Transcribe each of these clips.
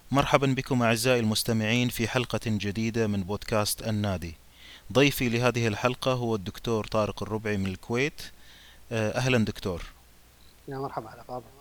مرحبا بكم أعزائي المستمعين في حلقة جديدة من بودكاست النادي. ضيفي لهذه الحلقة هو الدكتور طارق الربعي من الكويت. أهلا دكتور. يا مرحبا على فاضل.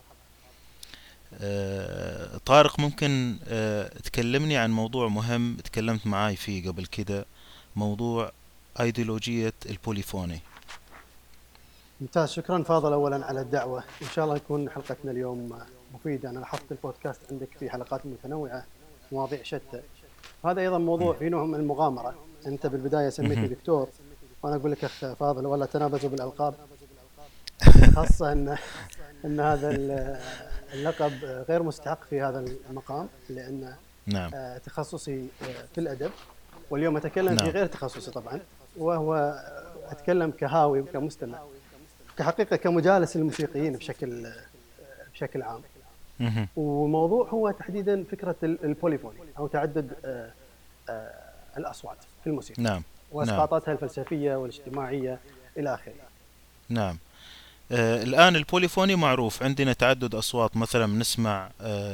طارق، ممكن تكلمني عن موضوع مهم تكلمت معاي فيه قبل كده، موضوع أيديولوجية البوليفوني. ممتاز، شكرا فاضل أولا على الدعوة، إن شاء الله يكون حلقتنا اليوم مفيدة. أنا لاحظت البودكاست عندك في حلقات متنوعة، مواضيع شتى. هذا أيضا موضوع في نوع من المغامرة. أنت بالبداية سميتني مهم. دكتور، وأنا أقول لك أخ فاضل، ولا تنابزوا بالألقاب، خاصة أن هذا اللقب غير مستحق في هذا المقام، لأن نعم. تخصصي في الأدب، واليوم أتكلم في نعم. غير تخصصي طبعا، وهو أتكلم كهاوي وكمستمع، كحقيقة كمجالس الموسيقيين بشكل عام. مهم. والموضوع هو تحديدا فكرة البوليفوني أو تعدد الأصوات في الموسيقى نعم. نعم. وإسقاطاتها الفلسفية والاجتماعية إلى آخره. نعم. الآن البوليفوني معروف، عندنا تعدد أصوات، مثلا نسمع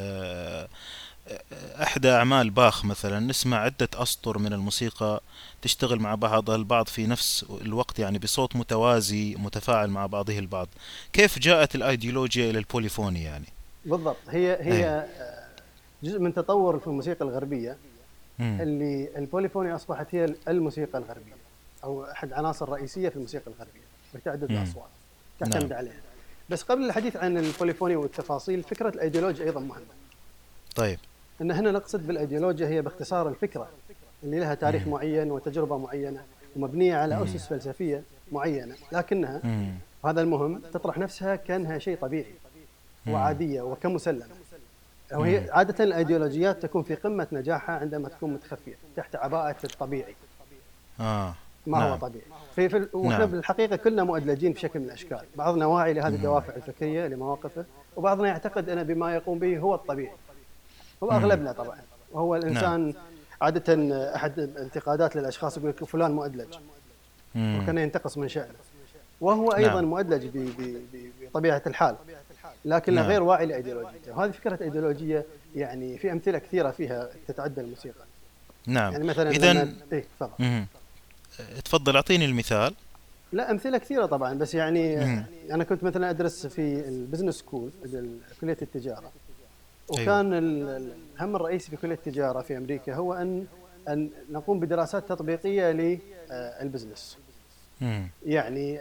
إحدى أعمال باخ، مثلا نسمع عدة أسطر من الموسيقى تشتغل مع بعضها البعض في نفس الوقت، يعني بصوت متوازي متفاعل مع بعضه البعض. كيف جاءت الأيديولوجيا إلى البوليفوني يعني؟ بالضبط، هي أي. جزء من تطور في الموسيقى الغربية، مم. اللي البوليفوني أصبحت هي الموسيقى الغربية أو أحد عناصر رئيسية في الموسيقى الغربية، بتعدد مم. الأصوات نعم. تعتمد عليها. بس قبل الحديث عن البوليفوني والتفاصيل، فكرة الأيديولوجيا أيضا مهمة. طيب. أن هنا نقصد بالأيديولوجيا هي باختصار الفكرة اللي لها تاريخ مم. معين وتجربة معينة ومبنية على مم. أسس فلسفية معينة، لكنها، مم. وهذا المهم، تطرح نفسها كأنها شيء طبيعي مم. وعادية وكمسلمة. مم. وهي عادة الأيديولوجيات تكون في قمة نجاحها عندما تكون متخفية تحت عباءة الطبيعي. آه. ما هو نعم. طبيعي وإحنا نعم. بالحقيقة كلنا مؤدلجين بشكل من الأشكال، بعضنا واعي لهذه مم. الدوافع الفكرية لمواقفه، وبعضنا يعتقد أن بما يقوم به هو الطبيعي، هو مم. أغلبنا طبعا. وهو نعم. الإنسان عادة أحد الانتقادات للأشخاص يقول لك فلان مؤدلج، مم. وكان ينتقص من شأنه، وهو أيضا نعم. مؤدلج بطبيعة الحال، لكنه نعم. غير واعي لأيديولوجيته. وهذه فكرة أيديولوجية، يعني في أمثلة كثيرة فيها تتعدى الموسيقى. نعم. يعني مثلا إذن. لما تفضل. مم. تفضل أعطيني المثال. لا، أمثلة كثيرة طبعا، بس يعني مم. أنا كنت مثلا أدرس في البزنس سكول، كلية التجارة، أيوة. وكان الهم الرئيسي في كلية التجارة في أمريكا هو أن نقوم بدراسات تطبيقية للبزنس. مم. يعني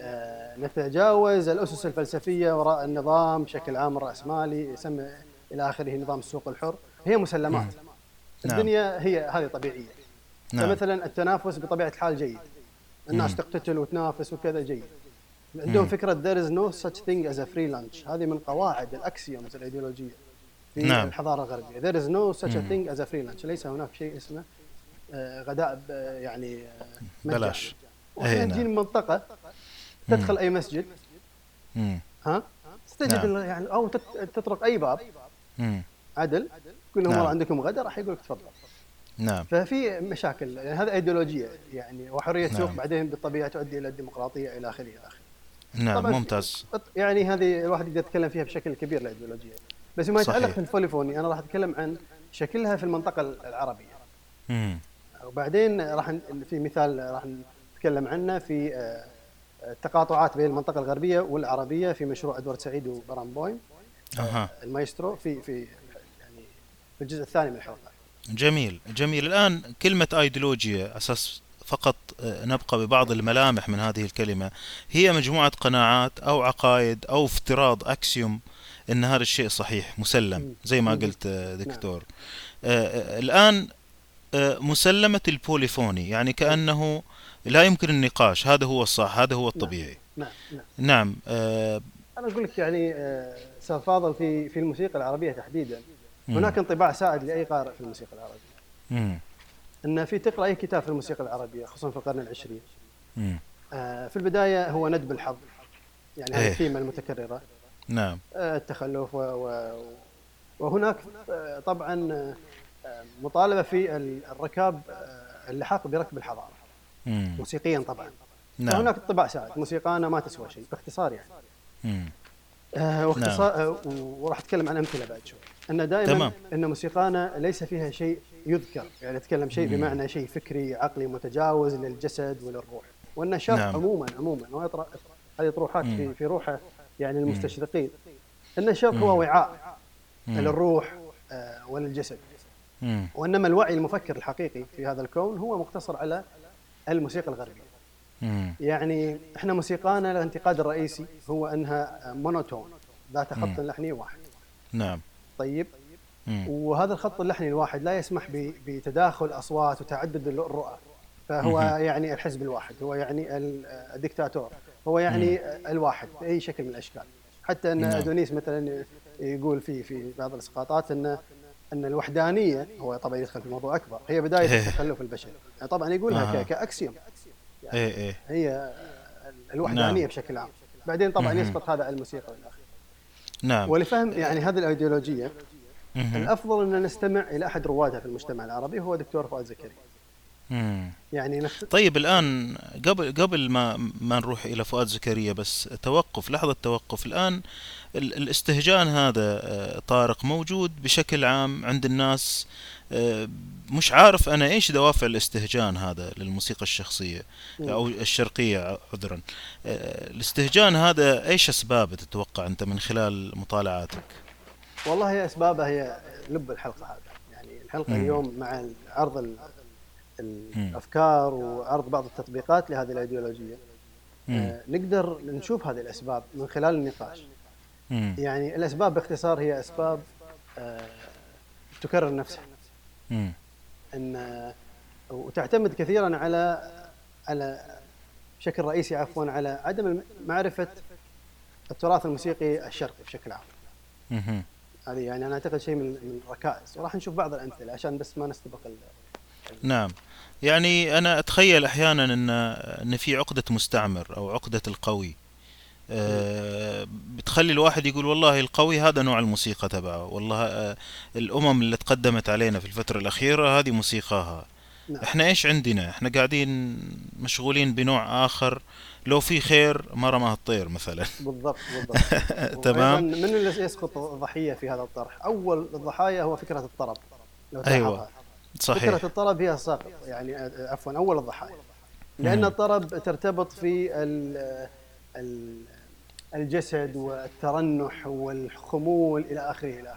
نتجاوز الأسس الفلسفية وراء النظام بشكل عام الرأسمالي، يسمى إلى آخره نظام السوق الحر. هي مم. مسلمات، نعم. الدنيا هي هذه طبيعية. نعم. فمثلا التنافس بطبيعة الحال جيد، الناس مم. تقتتل وتنافس وكذا جيد. عندهم مم. فكرة there is no such thing as a free lunch، هذه من قواعد الأكسيومز الأيديولوجية في نعم. الحضارة الغربية. there is no such a مم. thing as a free lunch، ليس هناك شيء اسمه غداء يعني مجاني. بلاش. وإحنا أي نجي نعم. من منطقة مم. تدخل أي مسجد، مم. ها، تجد نعم. يعني، أو تطرق أي باب مم. عدل، تقول لهم والله نعم. عندكم غدا، راح يقول لك تفضل. نعم. ففي مشاكل، يعني هذا أيديولوجية يعني، وحرية سوق نعم. بعدين بالطبيعة تؤدي إلى الديمقراطية إلى آخره إلى آخره. نعم. طبعا ممتاز. يعني هذه الواحد يقدر يتكلم فيها بشكل كبير الايديولوجيه، بس ما يتعلق صحيح. في البوليفوني انا راح اتكلم عن شكلها في المنطقه العربيه. مم. وبعدين في مثال راح نتكلم عنه في التقاطعات بين المنطقه الغربيه والعربيه في مشروع ادوارد سعيد وبرامبويم، أها. المايسترو، يعني في الجزء الثاني من الحلقه. جميل جميل. الآن كلمة أيديولوجيا أساس فقط، نبقى ببعض الملامح من هذه الكلمة. هي مجموعة قناعات أو عقائد أو افتراض أكسيوم أن هذا الشيء صحيح مسلم زي ما قلت نعم دكتور. الآن مسلمة البوليفوني يعني كأنه لا يمكن النقاش، هذا هو الصح، هذا هو نعم الطبيعي. نعم نعم. نعم. انا اقول لك يعني استاذ فاضل، في الموسيقى العربيه تحديدا مم. هناك انطباع سائد لاي قارئ في الموسيقى العربيه، مم. ان في تقرا اي كتاب في الموسيقى العربيه خصوصا في القرن العشرين، مم. في البدايه هو ندب الحظ، يعني هذه ايه. الثيمه المتكرره، نعم. التخلف وهناك طبعا مطالبه في الركاب، اللحاق بركب الحضاره مم. موسيقيا طبعا. نعم. فهناك انطباع سائد، موسيقانا ما تسوى شيء باختصار يعني. مم. نعم. واختصار، وراح اتكلم عن امثله بعد شوي. أن دائما تمام. أن موسيقانا ليس فيها شيء يذكر، يعني نتكلم شيء بمعنى شيء فكري عقلي متجاوز للجسد وللروح. وأن الشرق نعم. عموما هذه طروحات في روحه يعني المستشرقين، أن الشرق هو وعاء للروح وللجسد، وإنما الوعي المفكر الحقيقي في هذا الكون هو مقتصر على الموسيقى الغربية. يعني إحنا موسيقانا الانتقاد الرئيسي هو أنها مونوتون، ذات خط لحني واحد. نعم. طيب، وهذا الخط اللحني الواحد لا يسمح بتداخل أصوات وتعدد الرؤى، فهو يعني الحزب الواحد، هو يعني الدكتاتور، هو يعني الواحد بأي شكل من الأشكال. حتى أن أدونيس مثلا يقول في بعض الإسقاطات أن الوحدانية، هو طبعا يدخل في موضوع أكبر، هي بداية التخلف البشري. يعني طبعا يقولها كأكسيوم، يعني هي الوحدانية نعم. بشكل عام. بعدين طبعا يسقط هذا على الموسيقى والآخر. نعم. ولفهم يعني هذه الأيديولوجية الأفضل أن نستمع إلى أحد روادها في المجتمع العربي، هو دكتور فؤاد زكريا. يعني طيب الآن قبل ما نروح إلى فؤاد زكريا، بس لحظة توقف الآن. الاستهجان هذا طارق موجود بشكل عام عند الناس. مش عارف أنا إيش دوافع الاستهجان هذا للموسيقى الشخصية أو الشرقية، عذرا. الاستهجان هذا إيش أسبابه تتوقع أنت من خلال مطالعاتك؟ والله هي أسبابها هي لب الحلقة هذا. يعني الحلقة اليوم مع عرض الأفكار وعرض بعض التطبيقات لهذه الأيديولوجية، نقدر نشوف هذه الأسباب من خلال النقاش. يعني الأسباب باختصار هي أسباب تكرر نفسها، وتعتمد كثيرا على بشكل رئيسي على عدم معرفة التراث الموسيقي الشرقي بشكل عام. هذه يعني أنا أعتقد شيء من الركائز، وراح نشوف بعض الأمثلة عشان بس ما نستبق نعم. يعني أنا أتخيل أحيانا أن في عقدة مستعمر أو عقدة القوي، بتخلي الواحد يقول والله القوي هذا نوع الموسيقى تبعه، والله الأمم اللي تقدمت علينا في الفترة الأخيرة هذه موسيقاها. نعم. احنا ايش عندنا؟ احنا قاعدين مشغولين بنوع آخر، لو في خير ما رماه الطير مثلا. بالضبط. تمام. من اللي يسقط ضحية في هذا الطرح؟ أول الضحايا هو فكرة الطرب، لو أيوة صحيح. فكرة الطرب هي الساقط، يعني عفوا أول الضحايا، لأن الطرب ترتبط في الجسد والترنح والخمول إلى آخره.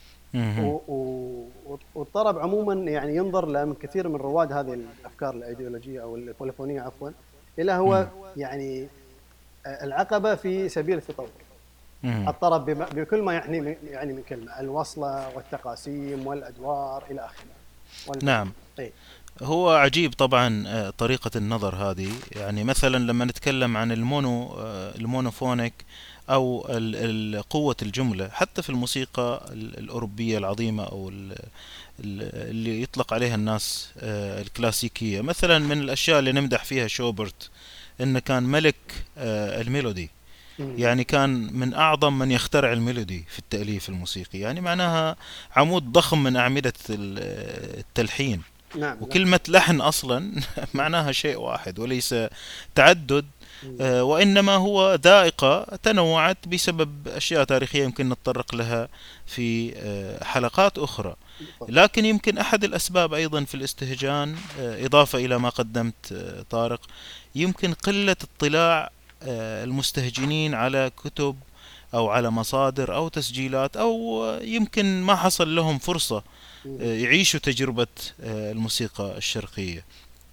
والطرب عموما يعني ينظر من كثير من رواد هذه الأفكار الأيديولوجية أو البوليفونية عفوا، إلى هو يعني العقبة في سبيل التطور. الطرب بكل ما يعني من كلمة، الوصلة والتقاسيم والأدوار إلى آخره. نعم. هو عجيب طبعا طريقة النظر هذه. يعني مثلا لما نتكلم عن المونوفونيك أو قوة الجملة، حتى في الموسيقى الأوروبية العظيمة أو اللي يطلق عليها الناس الكلاسيكية، مثلا من الأشياء اللي نمدح فيها شوبرت إنه كان ملك الميلودي. يعني كان من أعظم من يخترع الميلودي في التأليف الموسيقي، يعني معناها عمود ضخم من أعمدة التلحين. نعم. وكلمة لحن أصلا معناها شيء واحد وليس تعدد، وإنما هو ذائقة تنوعت بسبب أشياء تاريخية يمكن نتطرق لها في حلقات أخرى. لكن يمكن أحد الأسباب أيضا في الاستهجان، إضافة إلى ما قدمت طارق، يمكن قلة اطلاع المستهجنين على كتب أو على مصادر أو تسجيلات، أو يمكن ما حصل لهم فرصة يعيشوا تجربة الموسيقى الشرقية.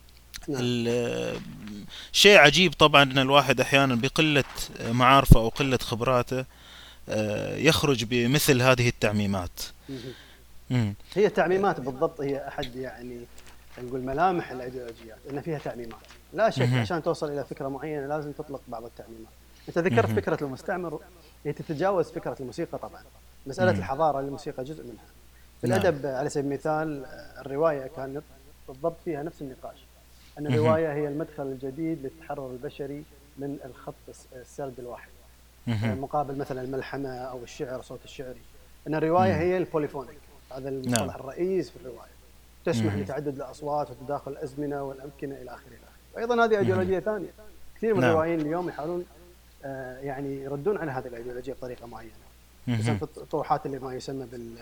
شيء عجيب طبعا أن الواحد أحيانا بقلة معارفه أو قلة خبراته يخرج بمثل هذه التعميمات. هي تعميمات بالضبط، هي أحد يعني نقول ملامح الأيديولوجيات، أن فيها تعميمات لا شك. عشان توصل إلى فكرة معينة لازم تطلق بعض التعميمات. أنت ذكرت فكرة المستعمر، هي تتجاوز فكرة الموسيقى طبعا. مسألة الحضارة للموسيقى جزء منها. في الأدب على سبيل المثال الرواية كانت بالضبط فيها نفس النقاش، أن الرواية هي المدخل الجديد للتحرر البشري من الخط السرد الواحد، مقابل مثلا الملحمة أو الشعر، صوت الشعري. أن الرواية هي البوليفونيك، هذا المصطلح الرئيس في الرواية، تسمح لتعدد الأصوات وتداخل الأزمنة والأمكنة إلى آخره. أيضا هذه أيديولوجية ثانية، كثير من الروائيين اليوم يحاولون يعني يردون على هذه الأيديولوجية بطريقة معينة، مثلا في الطروحات اللي ما يسمى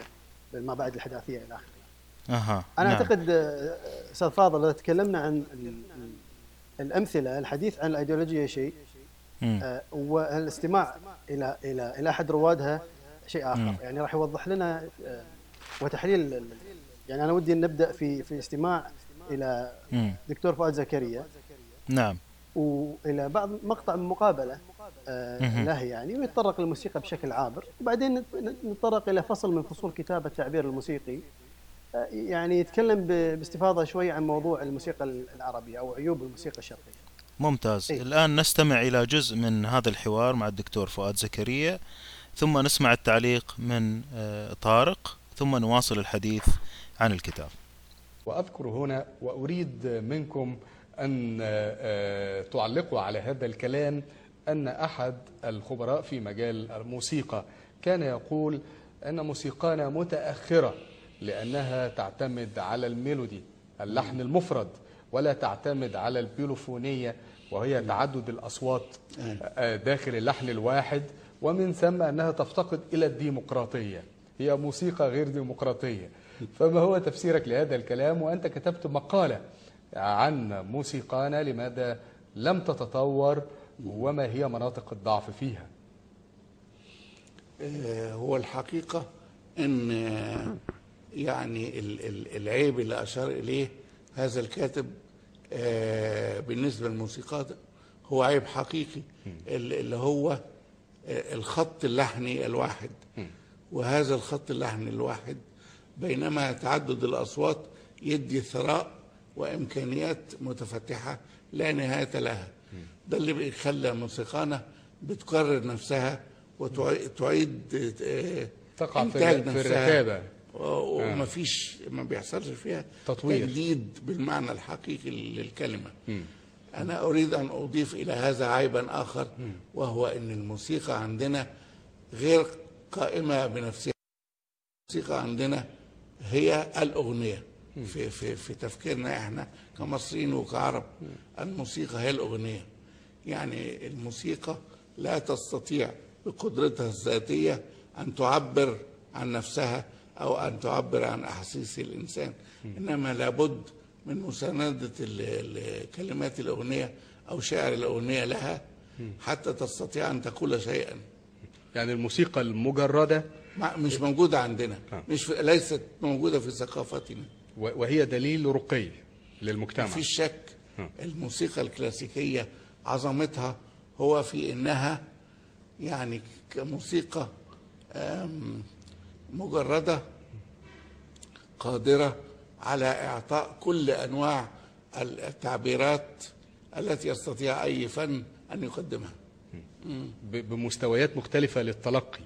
ما بعد الحداثية إلى آخره. أها أنا نعم. أعتقد أستاذ فاضل إذا تكلمنا عن الأمثلة، الحديث عن الأيديولوجية شيء، والاستماع إلى أحد روادها شيء آخر. يعني راح يوضح لنا وتحليل. يعني أنا ودي نبدأ في استماع إلى دكتور فؤاد زكريا. نعم. وإلى بعض مقطع من مقابلة له يعني، ويتطرق للموسيقى بشكل عابر، وبعدين نتطرق إلى فصل من فصول كتاب التعبير الموسيقي، يعني يتكلم باستفاضة شوي عن موضوع الموسيقى العربية أو عيوب الموسيقى الشرقية. ممتاز. الآن نستمع إلى جزء من هذا الحوار مع الدكتور فؤاد زكريا، ثم نسمع التعليق من طارق، ثم نواصل الحديث عن الكتاب. وأذكر هنا وأريد منكم أن تعلقوا على هذا الكلام أن أحد الخبراء في مجال الموسيقى كان يقول أن موسيقانا متأخرة لأنها تعتمد على الميلودي، اللحن المفرد، ولا تعتمد على البيلوفونية وهي تعدد الأصوات داخل اللحن الواحد، ومن ثم أنها تفتقد إلى الديمقراطية، هي موسيقى غير ديمقراطية. فما هو تفسيرك لهذا الكلام؟ وأنت كتبت مقالة عن موسيقانا، لماذا لم تتطور وما هي مناطق الضعف فيها؟ هو الحقيقة أن يعني العيب اللي أشار إليه هذا الكاتب بالنسبة للموسيقى هو عيب حقيقي، اللي هو الخط اللحني الواحد. وهذا الخط اللحني الواحد بينما تعدد الأصوات يدي ثراء وإمكانيات متفتحة لا نهاية لها. ده اللي بيخلي موسيقانا بتكرر نفسها وتعيد تقع إنتاج في نفسها، الركابة، ما بيحصلش فيها تطوير، تجديد بالمعنى الحقيقي للكلمة. أنا أريد أن أضيف إلى هذا عيبا آخر، وهو أن الموسيقى عندنا غير قائمة بنفسها. الموسيقى عندنا هي الأغنية في تفكيرنا احنا كمصريين وكعرب. الموسيقى هي الأغنية. يعني الموسيقى لا تستطيع بقدرتها الذاتية أن تعبر عن نفسها أو أن تعبر عن أحاسيس الإنسان، إنما لابد من مساندة كلمات الأغنية أو شعر الأغنية لها حتى تستطيع أن تقول شيئا. يعني الموسيقى المجردة مش موجودة عندنا، ليست موجودة في ثقافتنا، وهي دليل رقي للمجتمع. في شك. الموسيقى الكلاسيكية عظمتها هو في إنها يعني كموسيقى مجردة قادرة على إعطاء كل أنواع التعبيرات التي يستطيع أي فن أن يقدمها بمستويات مختلفة للتلقي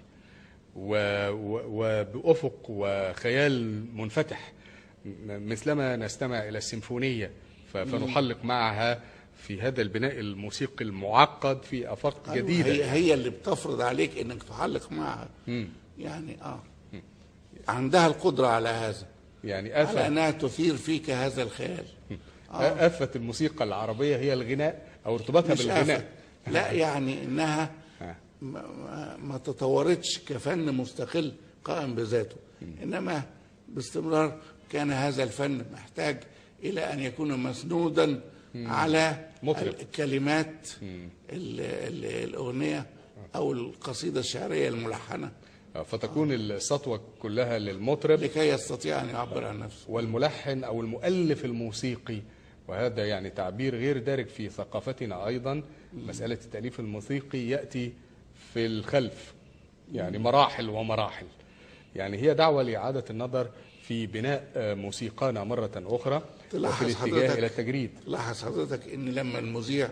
وبأفق وخيال منفتح، مثلما نستمع إلى السيمفونية فنحلق معها في هذا البناء الموسيقي المعقد في آفاق جديدة. هي اللي بتفرض عليك إنك تحلق معها. يعني عندها القدرة على هذا، يعني على أنها تثير فيك هذا الخيال. آفة الموسيقى العربية هي الغناء أو ارتباطها بالغناء. لا يعني إنها ما تطورتش كفن مستقل قائم بذاته، إنما باستمرار كان هذا الفن محتاج إلى أن يكون مسنودا على كلمات الأغنية أو القصيدة الشعرية الملحنة، فتكون السطوة كلها للمطرب لكي يستطيع أن يعبر عن نفسه، والملحن أو المؤلف الموسيقي. وهذا يعني تعبير غير دارج في ثقافتنا أيضا. مسألة التأليف الموسيقي يأتي في الخلف، يعني مراحل ومراحل. يعني هي دعوة لإعادة النظر في بناء موسيقانا مرة أخرى وفي الاتجاه إلى التجريد. لاحظ حضرتك إن لما المذيع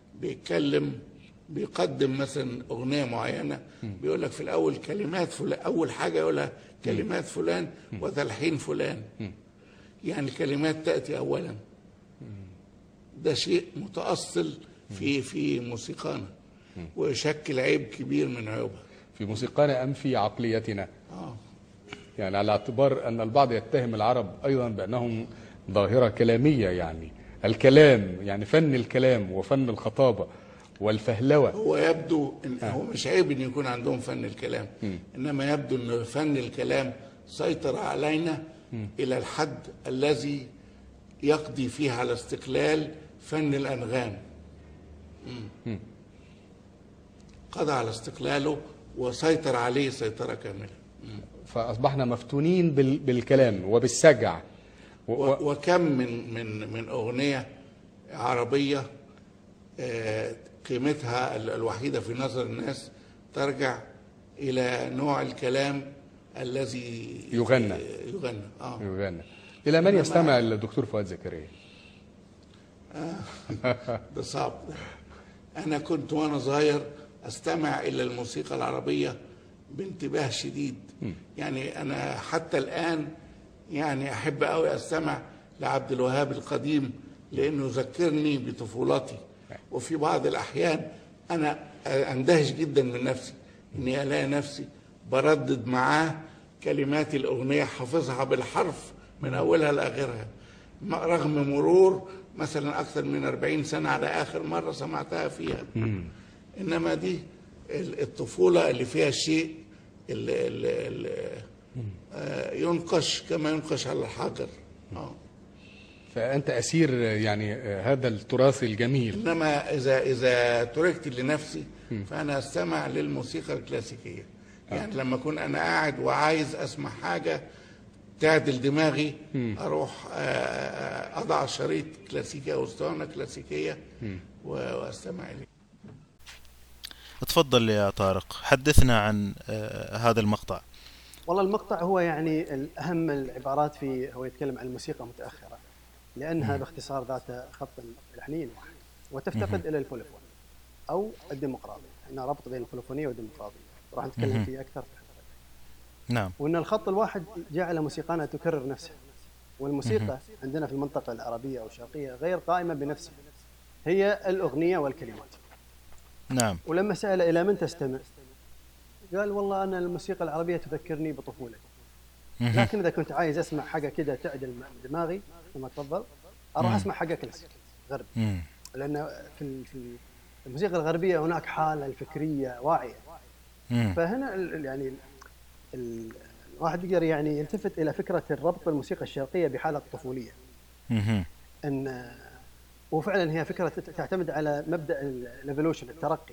بيقدم مثلا أغنية معينة بيقول لك في الأول كلمات فلان، أول حاجة يقولها كلمات فلان وتلحين فلان، يعني الكلمات تأتي أولا. ده شيء متأصل في موسيقانا ويشكل عيب كبير من عيوبها في موسيقانا أم في عقليتنا. يعني على اعتبار أن البعض يتهم العرب أيضا بأنهم ظاهرة كلامية، يعني الكلام، يعني فن الكلام وفن الخطابة والفهلوة. هو يبدو إن هو مش عيب أن يكون عندهم فن الكلام، إنما يبدو أن فن الكلام سيطر علينا إلى الحد الذي يقضي فيه على استقلال فن الأنغام. قضى على استقلاله وسيطر عليه سيطرة كاملة. فأصبحنا مفتونين بالكلام وبالسجع. وكم من أغنية عربية قيمتها الوحيدة في نظر الناس ترجع إلى نوع الكلام الذي يغنى. يغنى. إلى من يستمع الدكتور فؤاد زكريا؟ ده صعب. أنا كنت وأنا صغير أستمع إلى الموسيقى العربية بانتباه شديد. يعني أنا حتى الآن يعني أحب أوي أستمع لعبد الوهاب القديم لأنه يذكرني بطفولتي. وفي بعض الأحيان أنا أندهش جدا من نفسي إني ألاقي نفسي بردد معاه كلمات الأغنية حافظها بالحرف من أولها لآخرها، رغم مرور مثلا أكثر من 40 سنة على آخر مرة سمعتها فيها. إنما دي الطفولة اللي فيها شيء ينقش كما ينقش على الحجر. فأنت أسير يعني هذا التراث الجميل. إنما إذا تركت لنفسي فأنا أستمع للموسيقى الكلاسيكية. يعني لما أكون أنا قاعد وعايز أسمع حاجة تعدل دماغي أروح أضع شريط كلاسيكي أو اسطوانة كلاسيكية وأستمع إليه. تفضل يا طارق، حدثنا عن هذا المقطع. والله المقطع هو يعني الأهم العبارات فيه هو يتكلم عن الموسيقى متأخرة، لأنها باختصار ذات خط لحني واحد وتفتقد إلى البوليفون أو الديمقراطية. هنا ربط بين البوليفونية والديمقراطية راح نتكلم فيه أكثر. نعم. وأن الخط الواحد جعل موسيقانا تكرر نفسها، والموسيقى عندنا في المنطقة العربية أو الشرقية غير قائمة بنفسها، هي الأغنية والكلمات. نعم. ولما سأل إلى من تستمع قال والله أنا الموسيقى العربية تذكرني بطفولتي، لكن إذا كنت عايز أسمع حاجة كده تعدل دماغي كما تفضل أروح أسمع حاجة كلاسيك غربي، لأن في الموسيقى الغربية هناك حالة الفكرية واعية. فهنا يعني الواحد يقدر يعني يلتفت إلى فكرة الربط الموسيقى الشرقية بحالة الطفولية. أن وفعلا هي فكرة تعتمد على مبدأ الإيفولوشن، الترقي.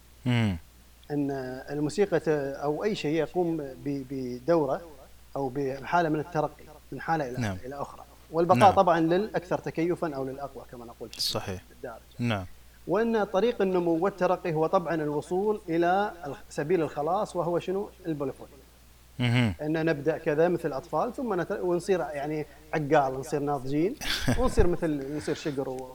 أن الموسيقى أو أي شيء يقوم بدورة أو بحالة من الترقي من حالة إلى أخرى، والبقاء طبعا للأكثر تكيفا أو للأقوى كما نقول في صحيح. الدارجة. نعم. وأن طريق النمو والترقي هو طبعا الوصول إلى سبيل الخلاص، وهو شنو؟ البوليفوني. أن نبدأ كذا مثل الأطفال ثم ونصير يعني عقال، نصير ناضجين ونصير نصير شقر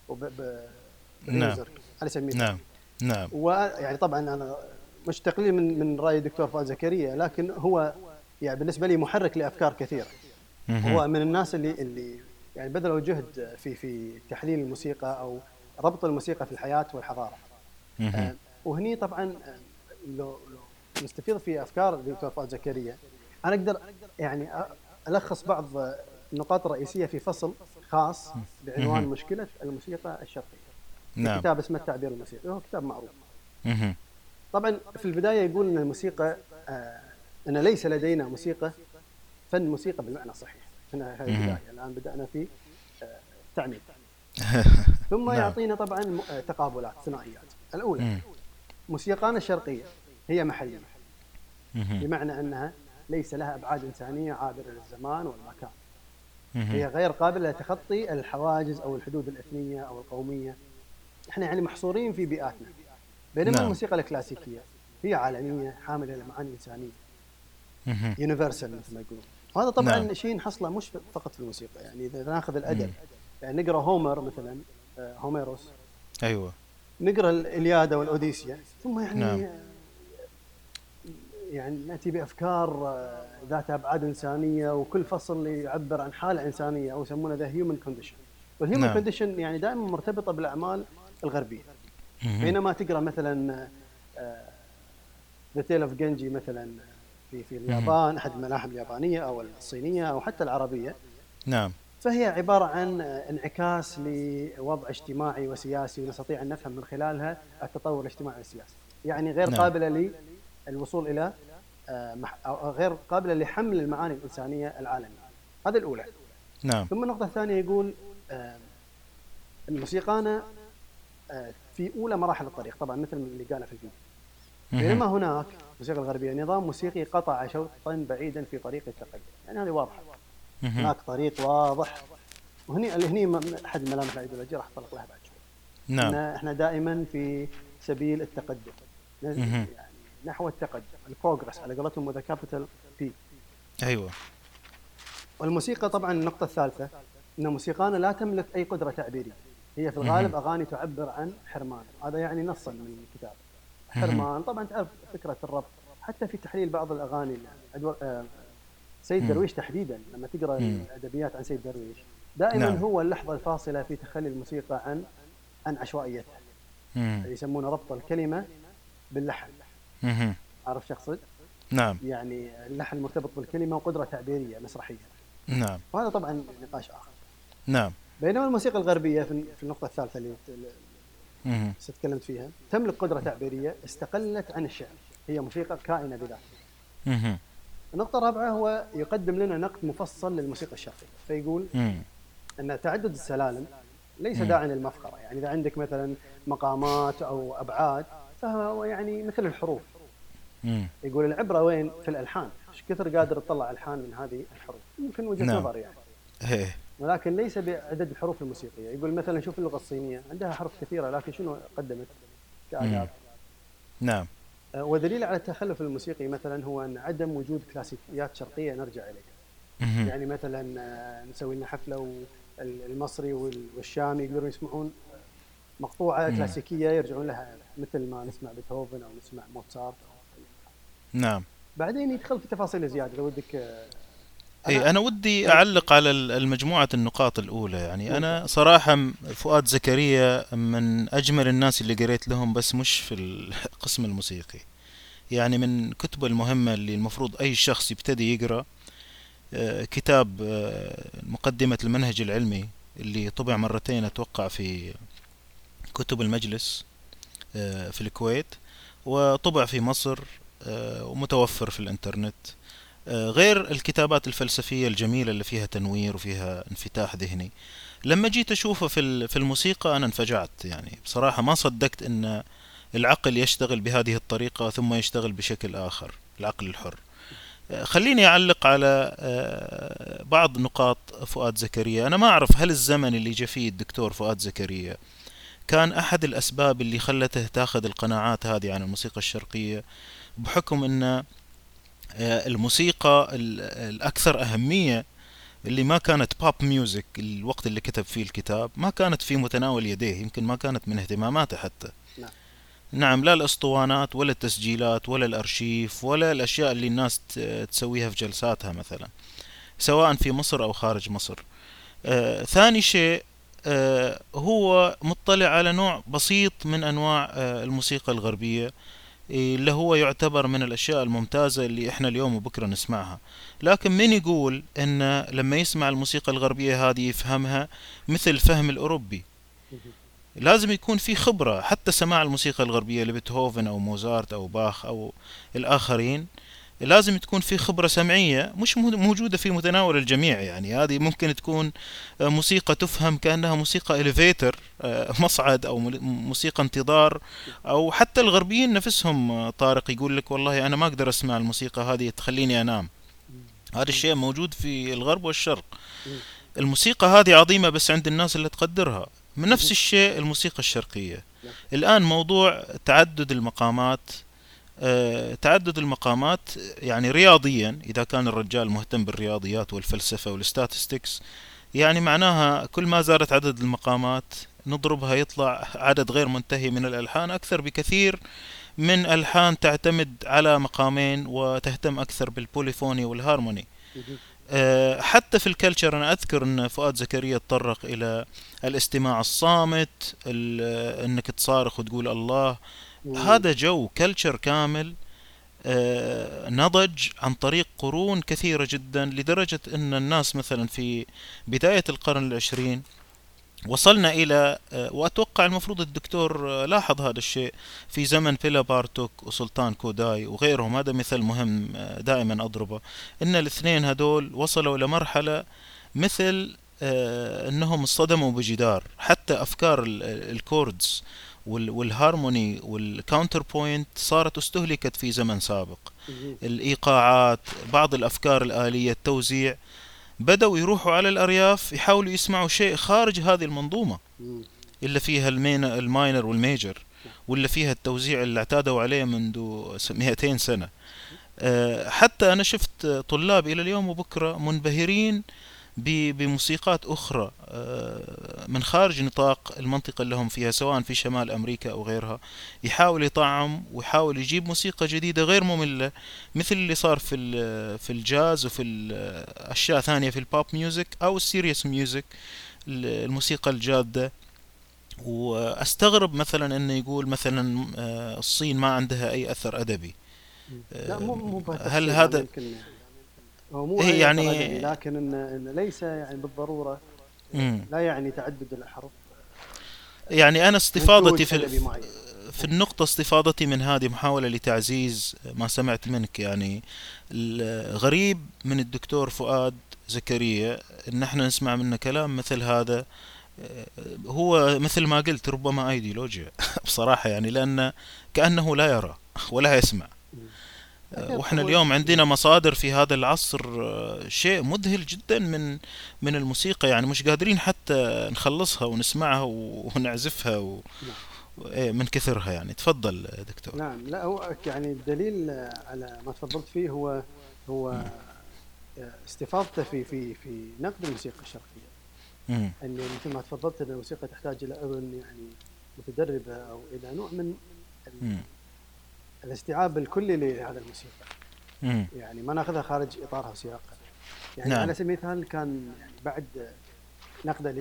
نعم. على سبيل نعم. نعم. ويعني طبعا أنا مش تقليل من رأي الدكتور فؤاد زكريا، لكن هو يعني بالنسبة لي محرك لأفكار كثيرة. هو من الناس اللي يعني بذلوا جهد في تحليل الموسيقى أو ربط الموسيقى في الحياة والحضارة. وهني طبعا لو نستفيض في أفكار الدكتور فؤاد زكريا، أنا أقدر يعني ألخص بعض النقاط الرئيسية في فصل خاص بعنوان مشكلة الموسيقى الشرقية. نعم. كتاب اسمه التعبير الموسيقي، هو كتاب معروف. طبعا في البداية يقول أن الموسيقى أن ليس لدينا موسيقى فن موسيقى بالمعنى الصحيح. هنا هذه البداية، الآن بدأنا في تعميق. ثم يعطينا طبعا تقابلات ثنائيات. الأولى موسيقانا الشرقية هي محلية، بمعنى أنها ليس لها أبعاد إنسانية عابرة للزمان والمكان. هي غير قابلة لتخطي الحواجز أو الحدود الإثنية أو القومية. إحنا يعني محصورين في بيئاتنا. بينما الموسيقى الكلاسيكية هي عالمية حاملة لمعاني إنسانية، يونيفرسال مثل ما يقولون. وهذا طبعا شيء نحصله مش فقط في الموسيقى. يعني إذا ناخذ الأدب، يعني نقرأ هومر مثلا، هوميروس، أيوة، نقرأ الإلياذة والأوديسيا، ثم يعني نأتي بأفكار ذات أبعاد إنسانية، وكل فصل يعبر عن حالة إنسانية أو يسمونه ذا هيومن كونديشن. والهيومن كونديشن يعني دائما مرتبطة بالأعمال الغربية. بينما تقرأ مثلا ذا تيل اوف جنجي مثلا في اليابان، أحد الملاحم اليابانية أو الصينية أو حتى العربية، نعم، فهي عبارة عن انعكاس لوضع اجتماعي وسياسي، ونستطيع أن نفهم من خلالها التطور الاجتماعي والسياسي. يعني غير قابلة للوصول إلى أو غير قابلة لحمل المعاني الإنسانية العالمية. هذا الأولى. نعم. ثم النقطة الثانية يقول موسيقانا في أولى مراحل الطريق، طبعا مثل اللي قاله في الفيديو، بينما هناك الموسيقى الغربية نظام موسيقي قطع شوطا بعيدا في طريق التقدم. يعني هذه واضحة، هناك طريق واضح، وهني أحد الملامح الأيديولوجية راح أطلق لها بعد شوي. نعم. إحنا دائما في سبيل التقدم، يعني نحو التقدم، البروجرس على قولتهم وذا كابيتال بي. أيوة. والموسيقى طبعا النقطة الثالثة أن موسيقانا لا تملك أي قدرة تعبيرية، هي في الغالب أغاني تعبر عن حرمان. هذا يعني نصا من الكتاب، حرمان. طبعا تعرف فكرة الربط حتى في تحليل بعض الأغاني. سيد درويش تحديدا لما تقرأ الأدبيات عن سيد درويش دائما نعم. هو اللحظة الفاصلة في تخلي الموسيقى عن عشوائيتها، يسمونه ربط الكلمة باللحن. عارف شو أقصد؟ نعم. يعني اللحن مرتبط بالكلمة وقدرة تعبيرية مسرحية. نعم. وهذا طبعا نقاش آخر. نعم. بينما الموسيقى الغربية في النقطة الثالثة اللي تكلمت فيها تملك قدرة تعبيرية استقلت عن الشعر، هي موسيقى كائنة بذاتها. النقطة الرابعة هو يقدم لنا نقد مفصل للموسيقى الشرقية، فيقول أن تعدد السلالم ليس داعي للمفخرة. يعني إذا عندك مثلا مقامات أو أبعاد فهو يعني مثل الحروف. يقول العبرة وين؟ في الألحان، ايش كثر قادر تطلع ألحان من هذه الحروف. يمكن وجهة نظر يعني، ولكن ليس بعدد الحروف الموسيقية. يقول مثلا شوف اللغة الصينية عندها حروف كثيرة، لكن شنو قدمت كآداب؟ نعم. ودليل على التخلف الموسيقي مثلا هو أن عدم وجود كلاسيكيات شرقية نرجع إليها. يعني مثلا نسوي لنا حفلة والمصري والشامي يقدرون يسمعون مقطوعة كلاسيكية يرجعون لها، مثل ما نسمع بيتهوفن أو نسمع موتسارت. نعم. بعدين يدخل في تفاصيل زيادة لو ودك. أنا ودي أعلق على المجموعة النقاط الأولى. يعني أنا صراحة فؤاد زكريا من أجمل الناس اللي قريت لهم، بس مش في القسم الموسيقي. يعني من كتبه المهمة اللي المفروض أي شخص يبتدي يقرأ كتاب مقدمة المنهج العلمي اللي طبع مرتين أتوقع في كتب المجلس في الكويت، وطبع في مصر ومتوفر في الانترنت، غير الكتابات الفلسفية الجميلة اللي فيها تنوير وفيها انفتاح ذهني. لما جيت أشوفه في الموسيقى أنا انفجعت. يعني بصراحة ما صدقت أن العقل يشتغل بهذه الطريقة ثم يشتغل بشكل آخر، العقل الحر. خليني أعلق على بعض نقاط فؤاد زكريا. أنا ما أعرف هل الزمن اللي جاء فيه الدكتور فؤاد زكريا كان أحد الأسباب اللي خلته تاخذ القناعات هذه عن الموسيقى الشرقية، بحكم أن الموسيقى الأكثر أهمية اللي ما كانت بوب ميوزك الوقت اللي كتب فيه الكتاب ما كانت في متناول يديه، يمكن ما كانت من اهتماماته حتى. نعم، لا الأسطوانات ولا التسجيلات ولا الأرشيف ولا الأشياء اللي الناس تسويها في جلساتها مثلا، سواء في مصر أو خارج مصر. ثاني شيء هو مطلع على نوع بسيط من أنواع الموسيقى الغربية اللي هو يعتبر من الأشياء الممتازة اللي إحنا اليوم وبكرة نسمعها. لكن من يقول إن لما يسمع الموسيقى الغربية هذه يفهمها مثل فهم الأوروبي؟ لازم يكون في خبرة. حتى سماع الموسيقى الغربية لبيتهوفن أو موزارت أو باخ أو الآخرين لازم تكون في خبرة سمعية مش موجودة في متناول الجميع. يعني هذه ممكن تكون موسيقى تفهم كأنها موسيقى إليفيتر، مصعد، أو موسيقى انتظار. أو حتى الغربيين نفسهم طارق يقول لك والله أنا ما أقدر أسمع الموسيقى هذه تخليني أنام. هذا الشيء موجود في الغرب والشرق. الموسيقى هذه عظيمة بس عند الناس اللي تقدرها. من نفس الشيء الموسيقى الشرقية. الآن موضوع تعدد المقامات يعني رياضيا، إذا كان الرجال مهتم بالرياضيات والفلسفة والستاتستكس، يعني معناها كل ما زادت عدد المقامات نضربها يطلع عدد غير منتهي من الألحان، أكثر بكثير من ألحان تعتمد على مقامين وتهتم أكثر بالبوليفوني والهارموني. حتى في الكلتشر أنا أذكر أن فؤاد زكريا تطرق إلى الاستماع الصامت، أنك تصارخ وتقول الله. هذا جو كلتشر كامل نضج عن طريق قرون كثيرة جدا، لدرجة أن الناس مثلا في بداية القرن العشرين وصلنا إلى وأتوقع المفروض الدكتور لاحظ هذا الشيء في زمن بيلا بارتوك وسلطان كوداي وغيرهم. هذا مثل مهم دائما أضربه، إن الاثنين هدول وصلوا لمرحلة مثل أنهم اصطدموا بجدار. حتى أفكار الكوردز والهارموني والكاونتر بوينت صارت استهلكت في زمن سابق. الإيقاعات، بعض الأفكار الآلية، التوزيع، بدأوا يروحوا على الأرياف يحاولوا يسمعوا شيء خارج هذه المنظومة اللي فيها الماينر والميجر، واللي فيها التوزيع اللي اعتادوا عليه منذ 200 سنة. حتى أنا شفت طلاب إلى اليوم وبكرة منبهرين بموسيقات أخرى من خارج نطاق المنطقة اللي هم فيها، سواء في شمال أمريكا أو غيرها. يحاول يطعم ويحاول يجيب موسيقى جديدة غير مملة، مثل اللي صار في الجاز وفي أشياء ثانية في البوب ميوزك أو السيريس ميوزك، الموسيقى الجادة. وأستغرب مثلا أنه يقول مثلا الصين ما عندها أي أثر أدبي. لا مو هل بهالتفصيل، هذا يمكن هو مو هي أي أثر أدبي، يعني لكن إن ليس يعني بالضرورة مم. لا يعني تعدد الأحرف يعني أنا استفاضتي منتوج أدبي معين. في النقطة، استفاضتي من هذه محاولة لتعزيز ما سمعت منك. يعني الغريب من الدكتور فؤاد زكريا إن احنا نسمع منه كلام مثل هذا. هو مثل ما قلت ربما أيديولوجيا بصراحة، يعني لأن كأنه لا يرى ولا يسمع. أكيد واحنا هو اليوم عندنا مصادر في هذا العصر شيء مذهل جدا من الموسيقى، يعني مش قادرين حتى نخلصها ونسمعها ونعزفها نعم. من كثرها. يعني تفضل دكتور. نعم، لا هو يعني الدليل على ما تفضلت فيه هو استفاضته في نقد الموسيقى الشرقية. مم. أن مثل ما تفضلت أن الموسيقى تحتاج إلى أذن يعني متدربة أو إلى نوع من مم. الاستيعاب الكلي لهذا الموسيقى، مم. يعني ما ناخذها خارج إطارها وسياقها. يعني نعم. على سبيل المثال كان يعني بعد نقده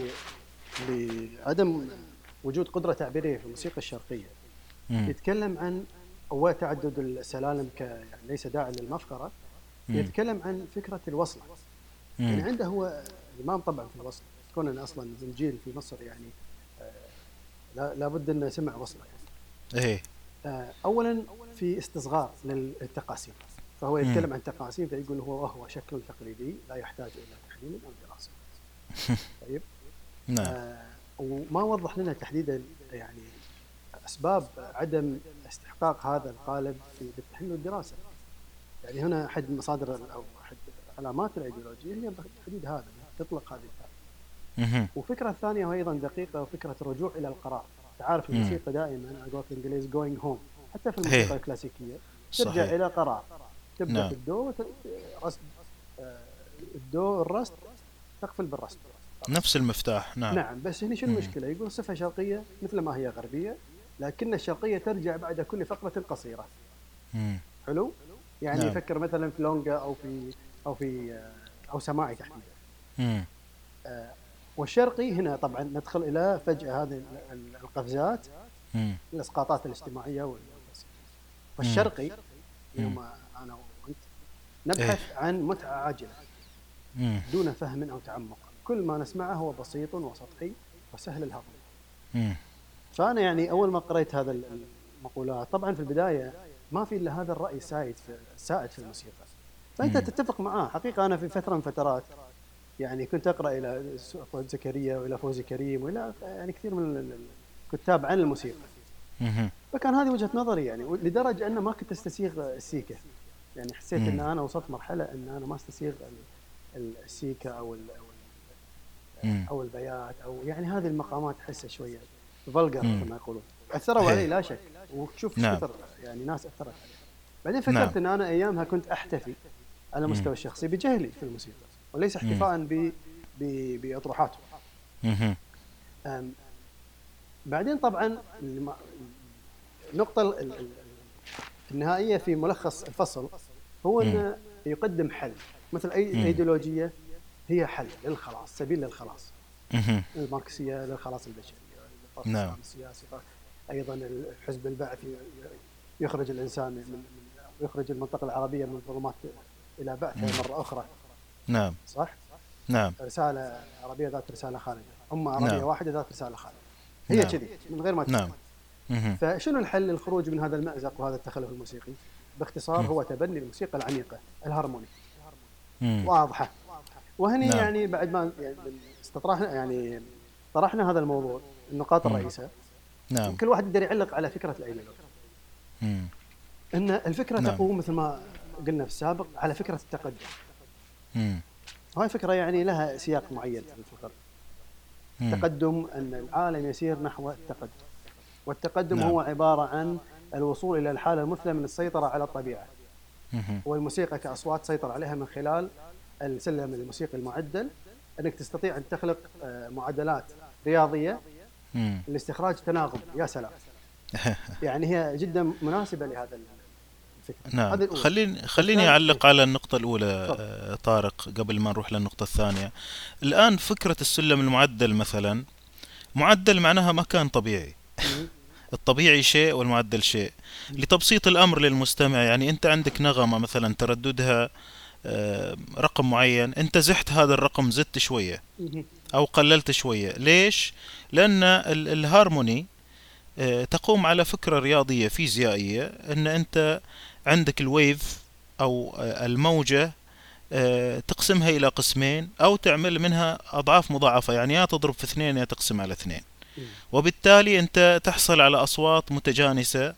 لعدم وجود قدرة تعبيرية في الموسيقى الشرقية، مم. يتكلم عن أول تعدد السلالم يعني ليس داعي للمفخرة. مم. يتكلم عن فكرة الوصلة. يعني مم. عنده هو إمام طبعا في الوصل، كون أنا أصلا من جيل في مصر يعني لابد أن سمع وصلة يعني. ايه. أولا في استصغار للتقاسيم، فهو مم. يتكلم عن تقاسيم فيقول وهو شكل تقليدي لا يحتاج إلى تحليل أو دراسة. طيب. نعم. وما وضح لنا تحديدا يعني أسباب عدم استحقاق هذا القالب بالتحليل والدراسة. يعني هنا أحد المصادر أو أحد علامات الأيديولوجية هي تحديد هذا، تطلق هذه الفكرة. مهم. وفكرة ثانية وأيضا دقيقة، وفكرة الرجوع إلى القرار. تعرف الموسيقى دائما أقول بالإنجليزي going home، حتى في الموسيقى ايه. الكلاسيكية ترجع صحيح. إلى قرار. تبدأ نعم. في الدو رست، الدو الرست تقفل بالرست. نفس المفتاح. نعم. نعم، بس هنا شو المشكلة؟ يقول صفة شرقية مثل ما هي غربية، لكن الشرقية ترجع بعد كل فقرة قصيرة. مم. حلو؟ يعني نعم. يفكر مثلا في لونجا أو سماعي تحديدا. مم. والشرقي هنا طبعا ندخل إلى فجأة هذه القفزات، مم. الإسقاطات الاجتماعية والشرقي يوم أنا وأنت نبحث عن متعة عاجلة مم. دون فهم أو تعمق. كل ما نسمعه هو بسيط وسطحي وسهل الهضم. مم. فأنا يعني أول ما قرأت هذا المقولات، طبعا في البداية ما في إلا هذا الرأي سائد في الموسيقى، فأنت تتفق معاه. حقيقة أنا في فترة من فترات يعني كنت أقرأ إلى فؤاد زكريا وإلى فوزي كريم وإلى يعني كثير من الكتاب عن الموسيقى، مهم. فكان هذه وجهة نظري يعني، لدرجة أن ما كنت أستسيغ السيكة. يعني حسيت أن أنا وصلت مرحلة أن أنا ما أستسيغ السيكة أو البيات أو يعني هذه المقامات، أحسها شوية فلقر كما يقولون. أثروا علي لا شك، وتشوف نعم. كثر يعني ناس أثرت علي. بعدين فكرت نعم. أن أنا أيامها كنت أحتفي على المستوى الشخصي بجهلي في الموسيقى، وليس احتفاء بأطروحاتهم. مهم. بعدين طبعا النقطة النهائية في ملخص الفصل هو أنه يقدم حل، مثل أي أيديولوجية هي حل للخلاص، سبيل للخلاص. مهم. الماركسية للخلاص البشري، نعم. السياسي، أيضا حزب البعث يخرج الإنسان يخرج المنطقة العربية من الظلمات إلى بعثها مرة أخرى. نعم. صح؟ نعم. رسالة عربية ذات رسالة خالدة، أمة عربية نعم. واحدة ذات رسالة خالدة، هي نعم. كذي من غير ما نعم. تفهم. مهم. فشنو الحل للخروج من هذا المأزق وهذا التخلف الموسيقي؟ باختصار هو تبني الموسيقى العميقة الهارموني مم. واضحة. وهني نعم. يعني بعد ما يعني استطرحنا يعني طرحنا هذا الموضوع، النقاط الرئيسة، نعم. كل واحد يقدر يعلق على فكرة الأيديولوجيا. مم. أن الفكرة نعم. تقوم مثل ما قلنا في السابق على فكرة التقدم. مم. هاي فكرة يعني لها سياق معين في الفكرة. مم. التقدم أن العالم يسير نحو التقدم، والتقدم نعم. هو عبارة عن الوصول إلى الحالة المثلى من السيطرة على الطبيعة، مهم. والموسيقى كأصوات تسيطر عليها من خلال السلم الموسيقي المعدل، أنك تستطيع أن تخلق معادلات رياضية مم. لاستخراج تناغم. يا سلام. يعني هي جدا مناسبة لهذا الفكرة. نعم. هذه الأولى. خليني أعلق على النقطة تفضل. الأولى طارق قبل ما نروح للنقطة الثانية. الآن فكرة السلم المعدل مثلا، معدل معناها مكان طبيعي. الطبيعي شيء والمعدل شيء. لتبسيط الأمر للمستمع، يعني أنت عندك نغمة مثلا ترددها رقم معين، أنت زحت هذا الرقم، زدت شوية أو قللت شوية. ليش؟ لأن الهارموني تقوم على فكرة رياضية فيزيائية، أن أنت عندك الويف أو الموجة تقسمها إلى قسمين أو تعمل منها أضعاف مضاعفة، يعني يا تضرب في 2 يا تقسم على 2، وبالتالي أنت تحصل على أصوات متجانسة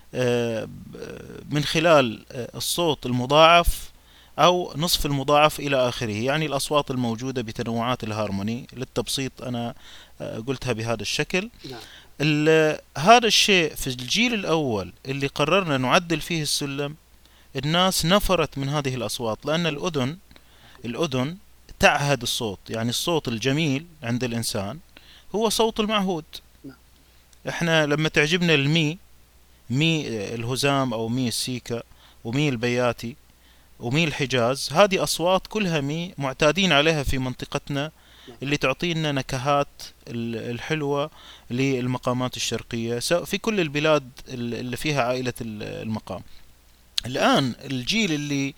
من خلال الصوت المضاعف أو نصف المضاعف إلى آخره، يعني الأصوات الموجودة بتنوعات الهارموني. للتبسيط أنا قلتها بهذا الشكل. هذا الشيء في الجيل الأول اللي قررنا نعدل فيه السلم، الناس نفرت من هذه الأصوات، لأن الأذن تعهد الصوت، يعني الصوت الجميل عند الإنسان هو صوت المعهود. احنا لما تعجبنا مي الهزام أو مي السيكا ومي البياتي ومي الحجاز، هذه أصوات كلها مي معتادين عليها في منطقتنا، اللي تعطينا نكهات الحلوة للمقامات الشرقية في كل البلاد اللي فيها عائلة المقام. الآن الجيل اللي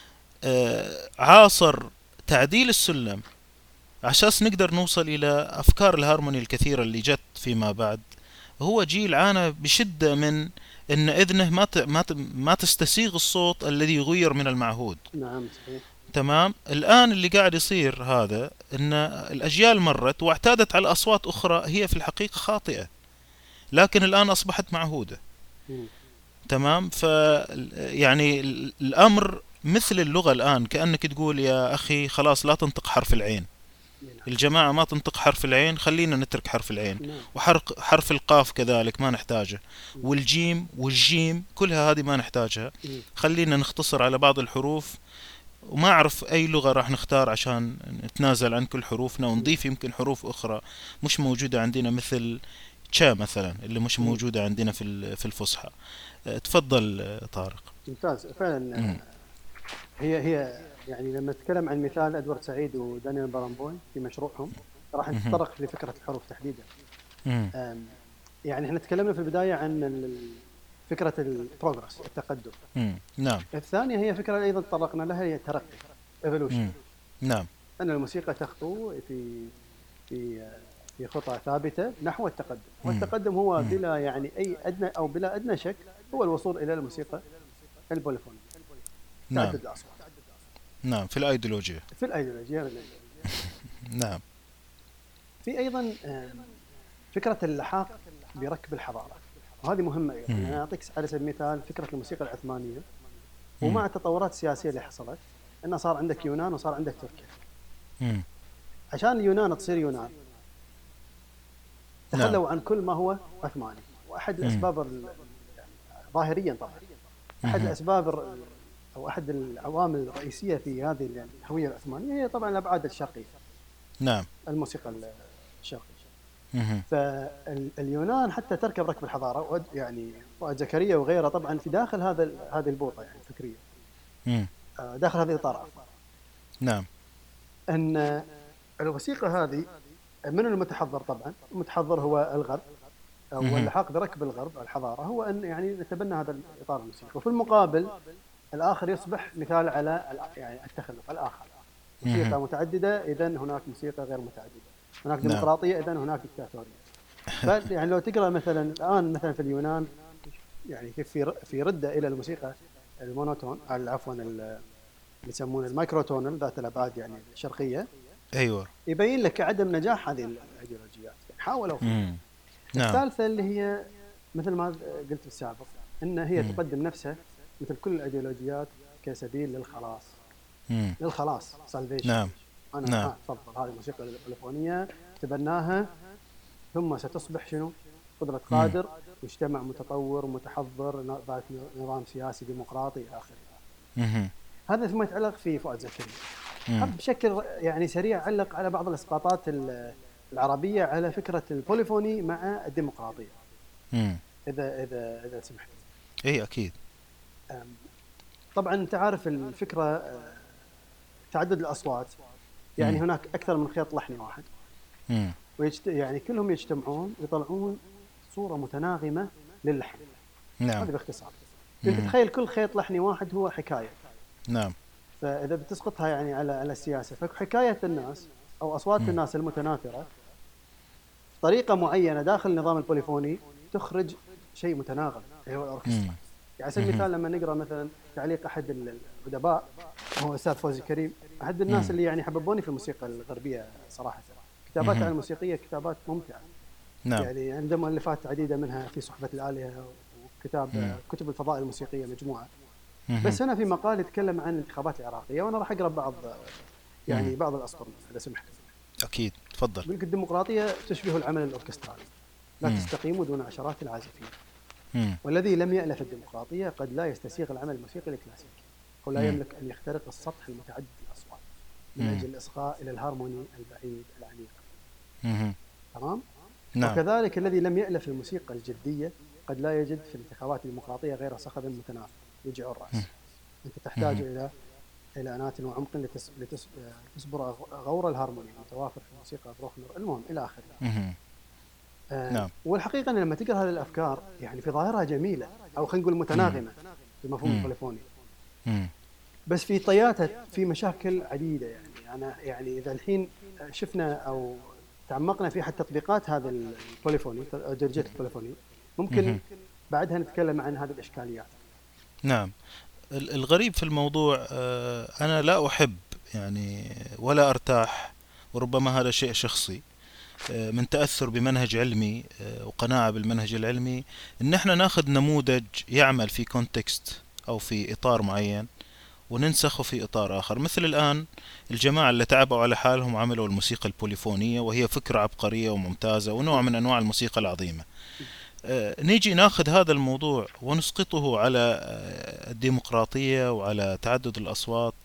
عاصر تعديل السلم عشان نقدر نوصل إلى أفكار الهارموني الكثيرة اللي جت فيما بعد، هو جيل عانى بشدة من أن إذنه ما تستسيغ الصوت الذي يغير من المعهود. نعم صحيح. تمام. الآن اللي قاعد يصير هذا أن الأجيال مرت واعتادت على أصوات أخرى هي في الحقيقة خاطئة، لكن الآن أصبحت معهودة. تمام. يعني الأمر مثل اللغة الآن، كأنك تقول يا أخي خلاص لا تنطق حرف العين، الجماعة ما تنطق حرف العين، خلينا نترك حرف العين، وحرف القاف كذلك ما نحتاجه، والجيم والجيم كلها هذه ما نحتاجها، خلينا نختصر على بعض الحروف، وما أعرف أي لغة راح نختار عشان نتنازل عن كل حروفنا ونضيف يمكن حروف أخرى مش موجودة عندنا، مثل تشا مثلا اللي مش موجودة عندنا في الفصحى. تفضل طارق. ممتاز فعلا. هي يعني لما نتكلم عن مثال ادوارد سعيد ودانيال بارامبوي في مشروعهم، راح نتطرق لفكره الحروف تحديدا. يعني احنا تكلمنا في البدايه عن فكره البروجرس، التقدم. نعم. الثانيه هي فكره ايضا تطرقنا لها، هي الترقي، ايفولوشن. نعم. ان الموسيقى تخطو في خطى ثابته نحو التقدم، والتقدم هو بلا يعني اي ادنى او بلا ادنى شك هو الوصول الى الموسيقى البوليفونية. نعم. تعدد الأصوات. نعم. في الأيديولوجيا. نعم. في أيضا فكرة اللحاق بركب الحضارة، وهذه مهمة أيضا. يعني أعطيك على سبيل المثال فكرة الموسيقى العثمانية، ومع التطورات السياسية اللي حصلت، أنه صار عندك يونان وصار عندك تركيا. عشان اليونان تصير يونان تخلوا عن كل ما هو عثماني، وأحد الأسباب ظاهريا طبعا أحد الأسباب أو أحد العوامل الرئيسية في هذه الهوية العثمانية هي طبعا الأبعاد الشرقية. نعم. الموسيقى الشرقية. فاليونان حتى تركب ركب الحضارة، يعني فؤاد زكريا وغيره طبعا في داخل هذه البوطة يعني الفكرية، داخل هذه الإطار. نعم. أن الموسيقى هذه من المتحضر طبعا، المتحضر هو الغرب، واللحاق بركب الغرب الحضارة هو أن يعني نتبنى هذا الإطار الموسيقي، وفي المقابل الآخر يصبح مثال على يعني التخلف الآخر. موسيقى متعددة إذا هناك موسيقى غير متعددة، هناك نعم. ديمقراطية إذا هناك دكتاتورية. يعني لو تقرأ مثلا الآن مثلا في اليونان يعني كيف في ردة إلى الموسيقى المونوتون، عفوا اللي يسمونه المايكروتونال ذات الأبعاد يعني الشرقية، أيوة. يبين لك عدم نجاح هذه الأيديولوجيات. حاولوا فيه. نعم. الثالثة اللي هي مثل ما قلت في السابق أن هي تقدم نفسها مثل كل الأيديولوجيات كسبيل للخلاص. للخلاص salvation. نعم. أنا نعم. تفضل هذه الموسيقى البوليفونية تبناها ثم ستصبح شنو؟ قدرة قادر، مجتمع متطور متحضر ذات نظام سياسي ديمقراطي إلى آخره. هذا ثم يتعلق في فؤاد زكريا. حب بشكل يعني سريع علق على بعض الإسقاطات العربية على فكرة البوليفوني مع الديمقراطية. إذا سمحت. أي أكيد. طبعا أنت عارف الفكرة تعدد الأصوات، يعني هناك أكثر من خيط لحني واحد، يعني كلهم يجتمعون يطلعون صورة متناغمة للحن. نعم. هذا باختصار. أنت تخيل كل خيط لحني واحد هو حكاية. نعم. فإذا بتسقطها يعني على السياسة، فحكاية الناس أو أصوات الناس المتناثرة طريقة معينة داخل النظام البوليفوني تخرج شيء متناغم اللي هو الأوركسترا. يعني على سبيل المثال لما نقرأ مثلا تعليق أحد الأدباء وهو أستاذ فوزي كريم، أحد الناس اللي يعني حببوني في الموسيقى الغربية صراحة، كتاباته الموسيقية كتابات ممتعة. نعم. يعني عنده مؤلفات عديدة منها في صحبة الآلهة وكتاب كتب الفضاء الموسيقية مجموعة. بس هنا في مقال يتكلم عن الانتخابات العراقية، وأنا راح أقرأ بعض يعني بعض الأسطر إذا سمحت. أكيد تفضل. يقول الديمقراطية تشبه العمل الأوركسترالي، لا تستقيم دون عشرات العازفين. والذي لم يألف الديمقراطية قد لا يستسيغ العمل الموسيقي الكلاسيكي، ولا يملك أن يخترق السطح المتعدد الأصوات من أجل الإصغاء إلى الهارموني البعيد العميق. تمام؟ نعم. وكذلك الذي لم يألف الموسيقى الجدية قد لا يجد في الانتخابات الديمقراطية غير صخب متناثر يوجع الرأس. أنت تحتاج إلى أنات وعمق لتصبر غور الهارموني المتوافر في الموسيقى بروخنر، المهم إلى آخره. نعم. والحقيقة أن لما تقرأ هذه الأفكار يعني في ظاهرها جميلة، أو خلينا نقول متناغمة في المفهوم البوليفوني، بس في طياتها في مشاكل عديدة. يعني أنا يعني إذا الحين شفنا أو تعمقنا في حتى تطبيقات هذا البوليفوني درجة البوليفوني، ممكن بعدها نتكلم عن هذه الإشكاليات. نعم. الغريب في الموضوع أنا لا أحب يعني ولا أرتاح، وربما هذا شيء شخصي من تأثر بمنهج علمي وقناعة بالمنهج العلمي، إن احنا ناخذ نموذج يعمل في كونتكست أو في إطار معين وننسخه في إطار آخر. مثل الآن الجماعة اللي تعبوا على حالهم عملوا الموسيقى البوليفونية، وهي فكرة عبقرية وممتازة ونوع من أنواع الموسيقى العظيمة. نيجي ناخذ هذا الموضوع ونسقطه على الديمقراطية وعلى تعدد الأصوات،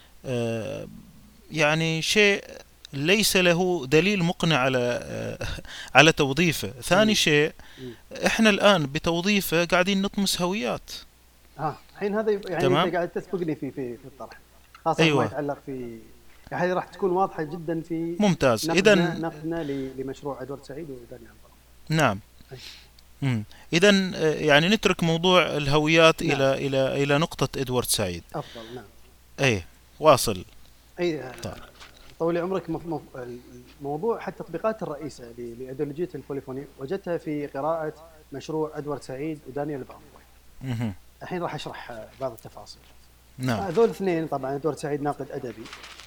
يعني شيء ليس له دليل مقنع على توظيفه. ثاني شيء احنا الآن بتوظيفه قاعدين نطمس هويات. الحين هذا يعني تمام؟ انت قاعد تسبقني في الطرح، خاصة ما يتعلق في يعني راح تكون واضحة جدا في ممتاز. إذن نقدنا لمشروع ادوارد سعيد ودانيال براون. نعم. إذن يعني نترك موضوع الهويات نعم. إلى نقطة إدوارد سعيد أفضل. نعم. أي واصل. أي طول عمرك الموضوع حتى التطبيقات الرئيسة لأيديولوجية البوليفوني وجدتها في قراءة مشروع ادوارد سعيد ودانيال براون. الحين راح أشرح بعض التفاصيل. نعم. هذول اثنين طبعا ادوارد سعيد ناقد أدبي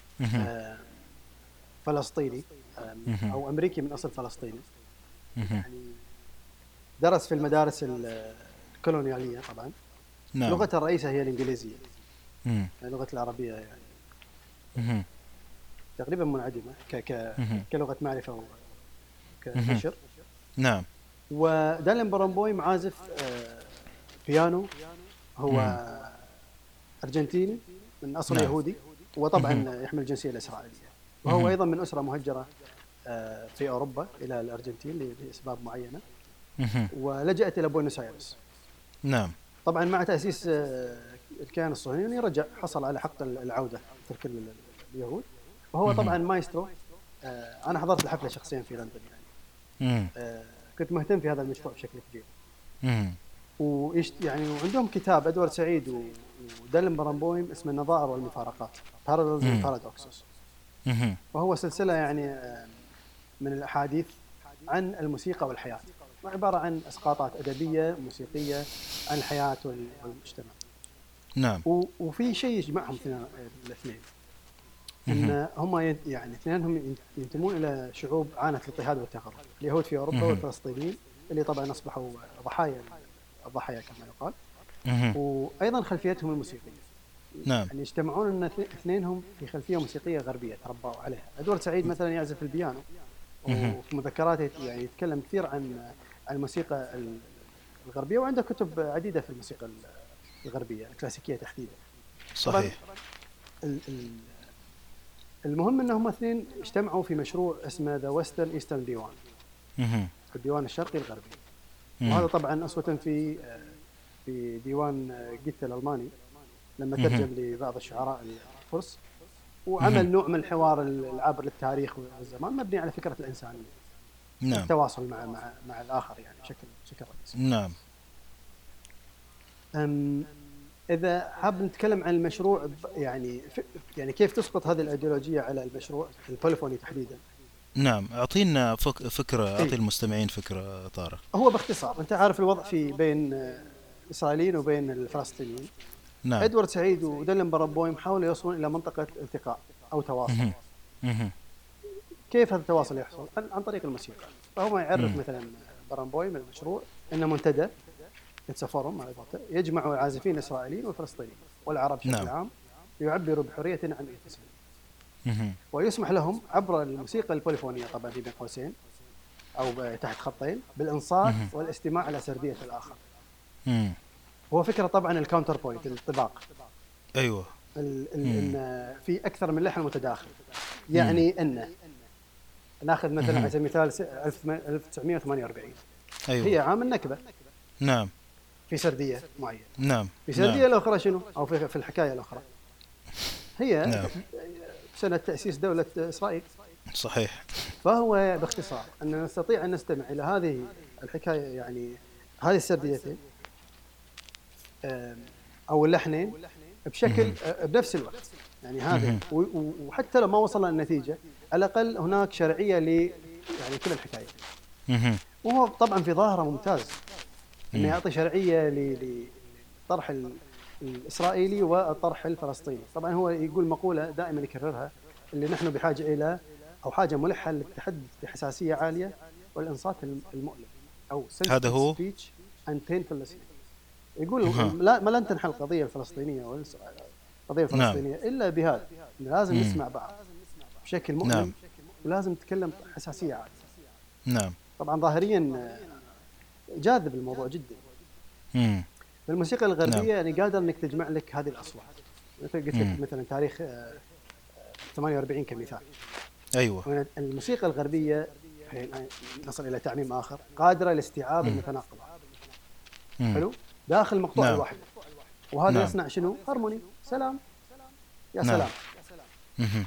فلسطيني أو أمريكي من أصل فلسطيني. يعني درس في المدارس الكولونيالية طبعا. نعم. لغته الرئيسة هي الإنجليزية. اللغة العربية يعني تقريبا منعدمة كلغة معرفة وكنشر. نعم. ودانيال براون معازف بيانو، هو أرجنتيني من أصل نعم. يهودي، وطبعا يحمل الجنسية الإسرائيلية، وهو أيضا من أسرة مهجرة في أوروبا إلى الأرجنتين لأسباب معينة، ولجأت إلى بوينوس آيرس. نعم. طبعا مع تأسيس الكيان الصهيوني رجع، حصل على حق العودة ترك اليهود، وهو طبعا مايسترو. أنا حضرت الحفلة شخصيا في لندن يعني. كنت مهتم في هذا المشروع بشكل كبير. يعني وعندهم كتاب ادوارد سعيد ودانيال براون اسمه النظائر والمفارقات Parallels and Paradoxes. مهم. وهو سلسلة يعني من الأحاديث عن الموسيقى والحياة، وعبارة عن إسقاطات أدبية موسيقية عن الحياة والمجتمع. نعم. وفي شيء يجمعهم الاثنين، مهم. ان هم يعني اثنينهم ينتمون الى شعوب عانت الاضطهاد والتغرب، اليهود في اوروبا مهم. والفلسطينيين اللي طبعا اصبحوا ضحايا كما يقال، مهم. وايضا خلفيتهم الموسيقيه. نعم. يعني يجتمعون ان اثنينهم في خلفيه موسيقيه غربيه تربوا عليها. ادوارد سعيد مثلا يعزف البيانو، مهم. وفي مذكراته يعني يتكلم كثير عن الموسيقى الغربيه، وعنده كتب عديده في الموسيقى الغربيه الكلاسيكيه تحديدا. طبعا صحيح. المهم انهم اثنين اجتمعوا في مشروع اسمه ذا ويسترن ايسترن ديوان، مهم. الديوان الشرقي الغربي. مهم. وهذا طبعا اسوه في ديوان جيت الالماني لما مهم. ترجم لبعض الشعراء الفرس، مهم. وعمل نوع من الحوار العابر للتاريخ والزمان مبني على فكره الانسانيه، نعم. التواصل مع الاخر يعني بشكل رئيسي. نعم. اذا حاب نتكلم عن المشروع يعني كيف تسقط هذه الايديولوجيه على المشروع البوليفوني تحديدا. نعم، أعطينا فكرة، أعطي إيه؟ المستمعين فكرة طارق. هو باختصار انت عارف الوضع في بين الاسرائيليين وبين الفلسطينيين. نعم. ادوارد سعيد وديلان برامبويم حاولوا يوصلون الى منطقه التقاء او تواصل. مهم. مهم. كيف هذا التواصل يحصل؟ عن طريق الموسيقى. فهو يعرف مم. مثلا برامبويم المشروع انه منتدى فورم يجمع العازفين الاسرائيليين والفلسطينيين والعرب بشكل نعم. عام ليعبروا بحريه عن انفسهم، مهم. ويسمح لهم عبر الموسيقى البوليفونيه طبعا في بين قوسين او تحت خطين بالانصات مهم. والاستماع على سرديه الاخر. مم. هو فكره طبعا الكاونتر بوينت، الطباق، أيوة. ان في اكثر من لحن متداخل. مم. يعني ان ناخذ مثلا على مهم. سبيل المثال 1948 أيوة. هي عام النكبه نعم. في سرديه معينه، نعم. في سرديه نعم. الاخرى شنو، او في الحكايه الاخرى هي نعم. سنه تاسيس دوله اسرائيل. صحيح. فهو باختصار ان نستطيع ان نستمع الى هذه الحكايه، يعني هذه السرديتين او اللحنين بشكل مهم. بنفس الوقت، يعني هذا مهم. وحتى لو ما وصلنا النتيجه على الاقل هناك شرعيه يعني كل الحكايه. مهم. وهو طبعا في ظاهره ممتاز انه مم. يعطي شرعيه للطرح الاسرائيلي والطرح الفلسطيني. طبعا هو يقول مقوله دائما يكررها، اللي نحن بحاجه الى او حاجه ملحه للتحدث بحساسيه عاليه والانصات المؤلم، او هذا sensitive هو. speech and painful listening. يقول أها. لن تنحل القضيه الفلسطينيه القضيه نعم. الفلسطينيه الا بهذا، إن لازم مم. نسمع بعض بشكل نعم. مؤلم، ولازم نتكلم حساسيه عاليه. نعم. طبعا ظاهريا جاذب الموضوع جدا. مم. في الموسيقى نعم. الغربيه يعني قادر انك تجمع لك هذه الاصوات، مثل قلت مم. لك مثلا تاريخ 48 كمثال. أيوة. الموسيقى الغربيه نصل الى تعميم اخر قادره لاستيعاب مم. المتناقضات، مم. حلو، داخل المقطوعه نعم. الواحده، وهذا نعم. يصنع شنو؟ هارموني، سلام، يا نعم. سلام. مهم.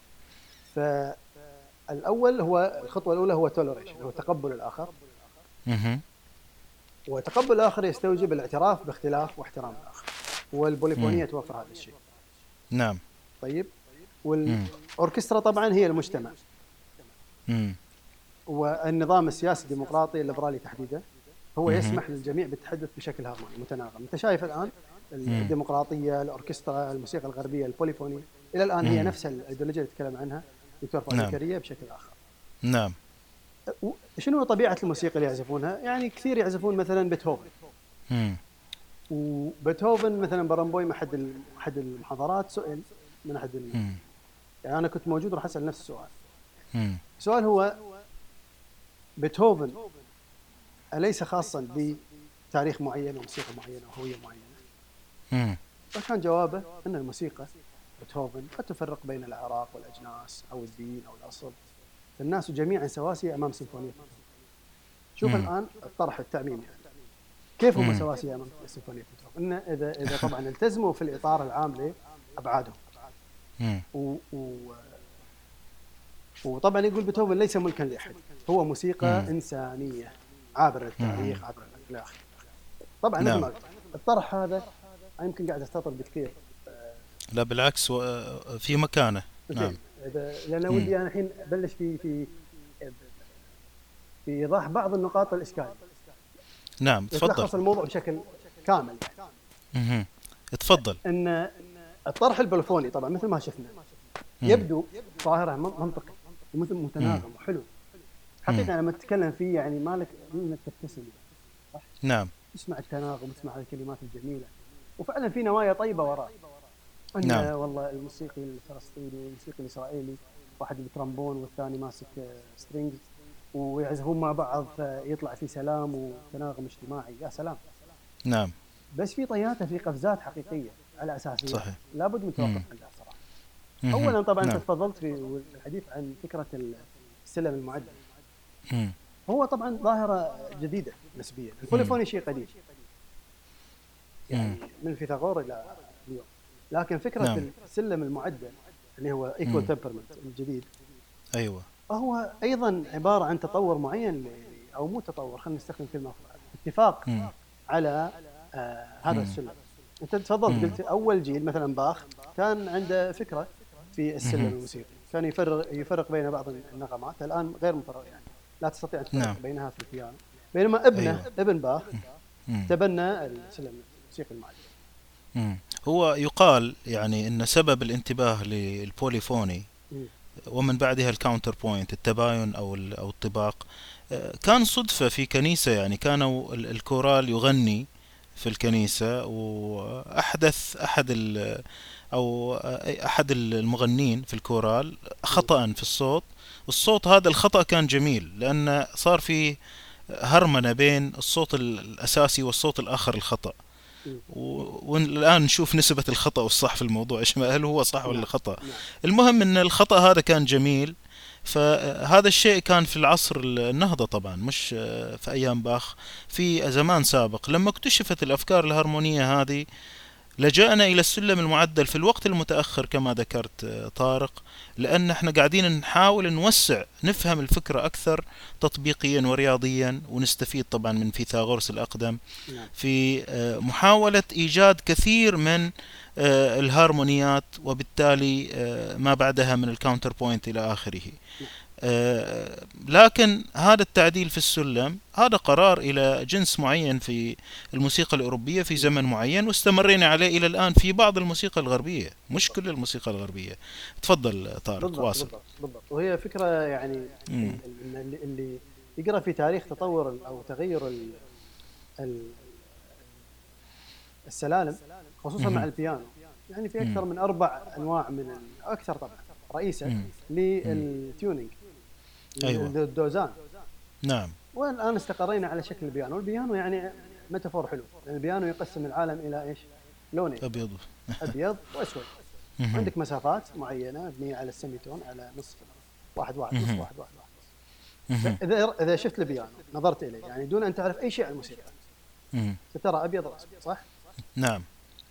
فالاول هو الخطوه الاولى هو تولريشن، هو تقبل الاخر، مهم. وتقبل الاخر يستوجب الاعتراف باختلاف واحترام الاخر، والبوليفونيه مم. توفر هذا الشيء. نعم. طيب، مم. والأوركسترا طبعا هي المجتمع، مم. والنظام السياسي الديمقراطي الليبرالي تحديدا هو مهم. يسمح للجميع بالتحدث بشكل هارموني متناغم. انت شايف الان مم. الديمقراطيه، الاوركسترا، الموسيقى الغربيه البوليفوني الى الان هي مم. نفس الايديولوجيا اللي تكلم عنها دكتور فؤاد نعم. زكريا بشكل اخر. نعم. شنو طبيعه الموسيقى اللي يعزفونها؟ يعني كثير يعزفون مثلا بيتهوفن، مم. وبيتهوفن مثلا برامبويم احد المحاضرات سئل من احد مم. يعني انا كنت موجود راح اسال نفس السؤال. مم. السؤال هو بيتهوفن أليس خاصا بتاريخ معين وموسيقى معينة وهوية معينة؟ مم. فكان جوابه أن الموسيقى بيتهوفن قد تفرق بين الأعراق والأجناس أو الدين أو الأصل، فالناس جميعا سواسية أمام سيمفونية بيتهوفن. شوف مم. الآن الطرح التعميمي يعني. كيف هم مم. سواسية أمام سيمفونية بيتهوفن؟ إن إذا طبعا التزموا في الإطار العام لأبعادهم. مم. وطبعا يقول بيتهوفن ليس ملكا لأحد، هو موسيقى مم. إنسانية عابرة للتاريخ، مم. عابرة إلى آخره. طبعا مثل نعم. ما قلت الطرح هذا يمكن قاعد استطرد بكثير. لا بالعكس، في مكانه. نعم. لأن ودي أنا الحين أبلش في إيضاح بعض النقاط الإشكالية. نعم تفضل. يتلخص الموضوع بشكل كامل يعني. تفضل. أن الطرح البوليفوني طبعا مثل ما شفنا يبدو ظاهرة منطقي ومثل متناغم وحلو حقيقة. لما تتكلم فيه يعني مالك إنك تبتسم، صح؟ نعم. تسمع التناغم، تسمع الكلمات الجميلة، وفعلا في نوايا طيبة وراء. أن نعم. والله الموسيقي الفلسطيني والموسيقي الإسرائيلي، واحد بالترامبون والثاني ماسك سترينجز ويعزفون مع بعض، فيطلع في سلام وتناغم اجتماعي. يا سلام. نعم. بس في طياتة، في قفزات حقيقية على أساسيات صحيح. لابد من توقف عندها صراحة. أولا طبعا أنت تفضلت في الحديث عن فكرة السلم المعدل. هو طبعا ظاهرة جديدة نسبيا. البوليفوني شيء قديم يعني من فيثاغور إلى اليوم، لكن فكرة السلم المعدل اللي هو equal temperament الجديد، أيوة، هو أيضا عبارة عن تطور معين أو مو تطور، خلينا نستخدم كلمة اتفاق على هذا السلم. أنت تفضلت قلت أول جيل مثلا باخ كان عنده فكرة في السلم الموسيقي، كان يفرق بين بعض النغمات. الآن غير مفرق يعني، لا تستطيع أن تفرق بينها في البيانو. بينما ابنه ابن باخ تبنى السلم الموسيقي المعدل. هو يقال يعني أن سبب الانتباه للبوليفوني ومن بعدها الكاونتر بوينت التباين أو الطباق كان صدفة في كنيسة. يعني كانوا الكورال يغني في الكنيسة، وأحدث أحد المغنين في الكورال خطأ في الصوت هذا. الخطأ كان جميل لأن صار فيه هرمنة بين الصوت الأساسي والصوت الآخر الخطأ. والآن نشوف نسبة الخطأ والصح في الموضوع، هل هو صح ولا خطأ. المهم أن الخطأ هذا كان جميل. فهذا الشيء كان في العصر النهضة طبعا، مش في أيام باخ، في زمان سابق. لما اكتشفت الأفكار الهارمونية هذه لجأنا إلى السلم المعدل في الوقت المتأخر كما ذكرت طارق، لأن احنا قاعدين نحاول نوسع نفهم الفكرة أكثر تطبيقيا ورياضيا، ونستفيد طبعا من فيثاغورس الأقدم في محاولة إيجاد كثير من الهارمونيات، وبالتالي ما بعدها من الكاونتر بوينت إلى آخره. لكن هذا التعديل في السلم هذا قرار إلى جنس معين في الموسيقى الأوروبية في زمن معين، واستمرينا عليه إلى الآن في بعض الموسيقى الغربية، مش كل الموسيقى الغربية. تفضل طارق، واصل. بالضبط. وهي فكرة يعني اللي يقرأ في تاريخ تطور أو تغير السلالم خصوصا مع البيانو، يعني في أكثر من 4 أنواع من أكثر طبعا رئيسة للتيونينج. أيوة. الدوزان. نعم. والآن استقرينا على شكل البيانو. البيانو يعني ميتافور حلو، لأن البيانو يقسم العالم إلى إيش؟ لونين، أبيض وأسود. عندك مسافات معينة مبنية على السيميتون، على نصف واحد نصف واحد. إذا شفت البيانو نظرت إليه يعني دون أن تعرف أي شيء عن الموسيقى سترى أبيض وأسود، صح؟ نعم.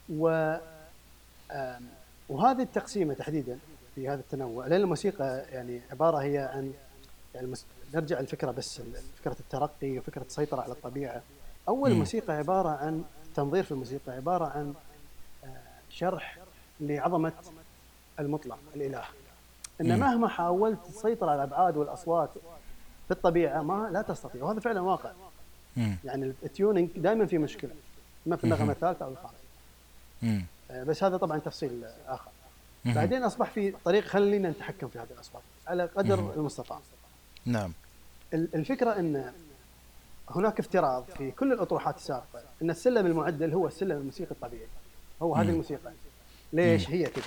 وهذه التقسيمة تحديدا في هذا التنوع، لأن الموسيقى يعني عبارة هي عن يعني نرجع الفكرة بس فكرة الترقي وفكرة السيطرة على الطبيعة. أول الموسيقى عبارة عن تنظير في الموسيقى، عبارة عن شرح لعظمة المطلق الإله. إن مهما حاولت تسيطر على الأبعاد والأصوات في الطبيعة ما لا تستطيع، وهذا فعلا واقع. يعني التيونينج دائما في مشكلة، ما في النغمة الثالثة أو الخامسة. بس هذا طبعا تفصيل آخر. بعدين أصبح في طريق خلينا نتحكم في هذه الأصوات على قدر المستطاع. نعم. الفكرة أن هناك افتراض في كل الأطروحات السابقة أن السلم المعدل هو السلم الموسيقي الطبيعي، هو هذه الموسيقى. ليش هي كذا؟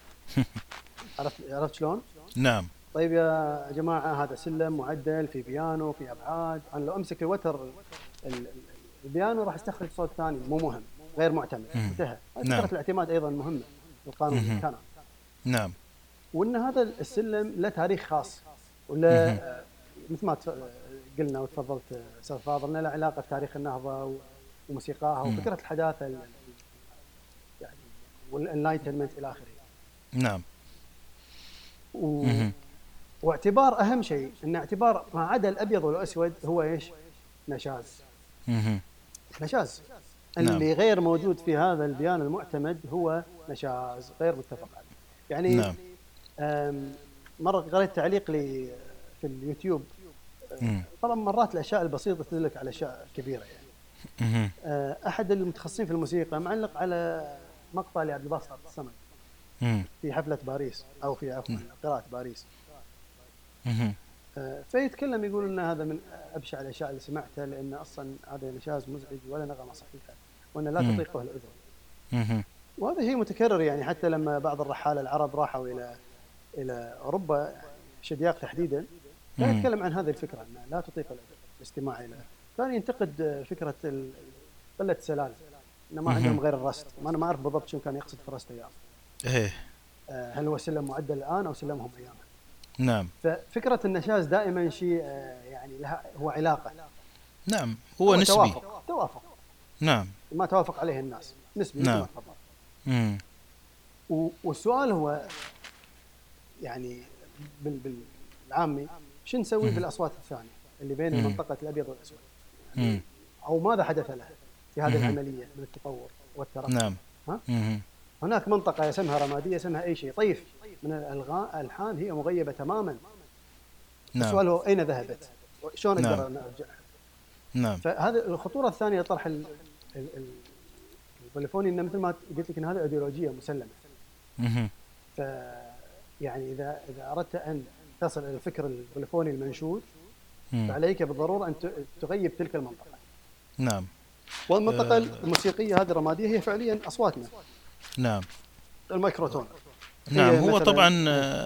عرفت شلون؟ نعم. طيب يا جماعة، هذا سلم معدل في بيانو في أبعاد. أنا لو أمسك الوتر البيانو راح استخرج صوت ثاني مو مهم، غير معتمد، انتهى. نعم. فكرة الاعتماد أيضا مهمة، القانون كان. نعم. وأن هذا السلم له تاريخ خاص، ولا مثل ما قلنا وتفضلت أستاذ فاضل، له علاقة بتاريخ النهضة وموسيقاها وفكرة الحداثة يعني والانلايتمنت إلى آخره. نعم. واعتبار أهم شيء أن اعتبار ما عدا الأبيض والأسود هو إيش؟ نشاز. نشاز. اللي غير موجود في هذا البيانو المعتمد هو نشاز غير متفق عليه. يعني مرة قريت تعليق لي في اليوتيوب. مم. طبعا مرات الأشياء البسيطة تدلك على أشياء كبيرة يعني. مهم. أحد المتخصصين في الموسيقى معلق على مقطع لعبد الباسط الصمد مم. في حفلة باريس، أو في عفوا قراءة باريس. مهم. فيتكلم يقول ان هذا من ابشع الاشياء اللي سمعتها، لان اصلا هذا نشاز مزعج ولا نغمه صحيحه، وان لا مم. تطيقه الاذن. مهم. وهذا شيء متكرر يعني، حتى لما بعض الرحاله العرب راحوا الى اوروبا، يعني شدياق تحديدا، كان مم. يتكلم عن هذه الفكره انها لا تطيق الاستماع الى. كان ينتقد فكره قله السلالم، ان ما عندهم مهم. غير الرست. ما انا ما اعرف بالضبط شو كان يقصد في الرست ايام. ايه. هل هو سلم معدل الان او سلمهم ايامها؟ نعم. ففكره النشاز دائما شيء يعني لها هو علاقه، نعم هو نسبي. توافق نعم. ما توافق عليه الناس نسبي مثل نعم. ما تفضل. مم. والسؤال هو يعني بالعامي، شو نسوي في الاصوات الثانيه اللي بين مم. منطقه الابيض والاسود يعني، مم. او ماذا حدث لها في هذه مهم. العمليه من التطور والترقي؟ نعم. ها؟ مهم. هناك منطقه اسمها رماديه، اسمها اي شيء طيف من الالحان هي مغيبه تماما. نعم. السؤال هو اين ذهبت؟ شلون نعم. اقدر ارجعها؟ نعم. فهذه الخطوره الثانيه طرح البوليفوني، انه مثل ما قلت لك ان هذه ايديولوجيه مسلمه. مهم. ف يعني اذا اردت ان تصل الى الفكر البوليفوني المنشود، مم. فعليك بالضروره ان تغيب تلك المنطقه. نعم. والمنطقه الموسيقيه هذه الرماديه هي فعليا اصواتنا، نعم. الميكروتون. نعم هي هو مثلاً طبعا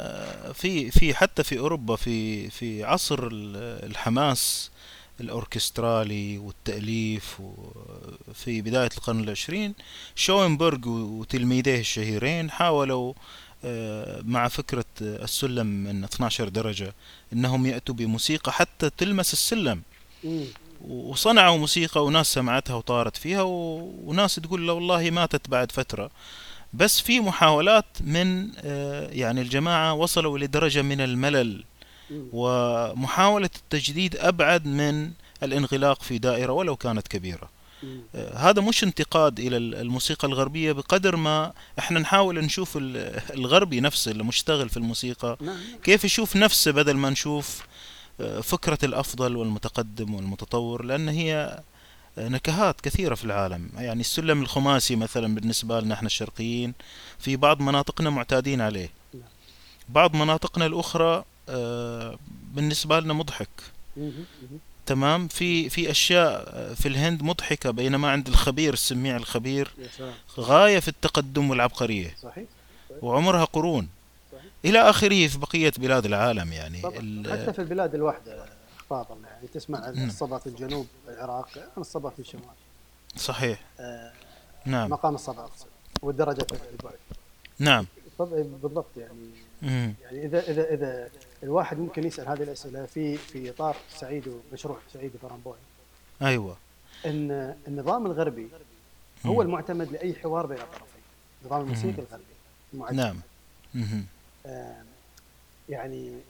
في حتى في اوروبا في عصر الحماس الاوركسترالي والتأليف، وفي بداية القرن العشرين شوينبرغ وتلميذيه الشهيرين حاولوا مع فكرة السلم من 12 درجة انهم يأتوا بموسيقى حتى تلمس السلم، مم. وصنعوا موسيقى وناس سمعتها وطارت فيها، وناس تقول لا والله ماتت بعد فترة. بس في محاولات من يعني الجماعة وصلوا لدرجة من الملل، مم. ومحاولة التجديد أبعد من الانغلاق في دائرة ولو كانت كبيرة. مم. هذا مش انتقاد إلى الموسيقى الغربية بقدر ما احنا نحاول نشوف الغربي نفسه اللي مشتغل في الموسيقى نعم. كيف يشوف نفسه، بدل ما نشوف فكرة الأفضل والمتقدم والمتطور، لأن هي نكهات كثيرة في العالم. يعني السلم الخماسي مثلا بالنسبة لنا احنا الشرقيين في بعض مناطقنا معتادين عليه، نعم. بعض مناطقنا الأخرى بالنسبة لنا مضحك. مم. مم. تمام. في أشياء في الهند مضحكة، بينما عند الخبير السميع الخبير يا سلام. غاية في التقدم والعبقرية، صحيح. صحيح. وعمرها قرون صحيح. إلى آخره في بقية بلاد العالم. يعني طبعا حتى في البلاد الواحده فاضل، يعني تسمع الصبا في الجنوب العراق عن الصبا في الشمال. صحيح. آه، نعم. مقام الصبا والدرجه البعد. نعم. بالضبط يعني. مم. يعني اذا الواحد ممكن يسال هذه الاسئله في اطار سعيد ومشروع سعيد فرنبوي، أيوة. ان النظام الغربي هو مم. المعتمد لاي حوار بين الطرفين، النظام الموسيقي مم. الغربي المعتمد. نعم. مم. يعني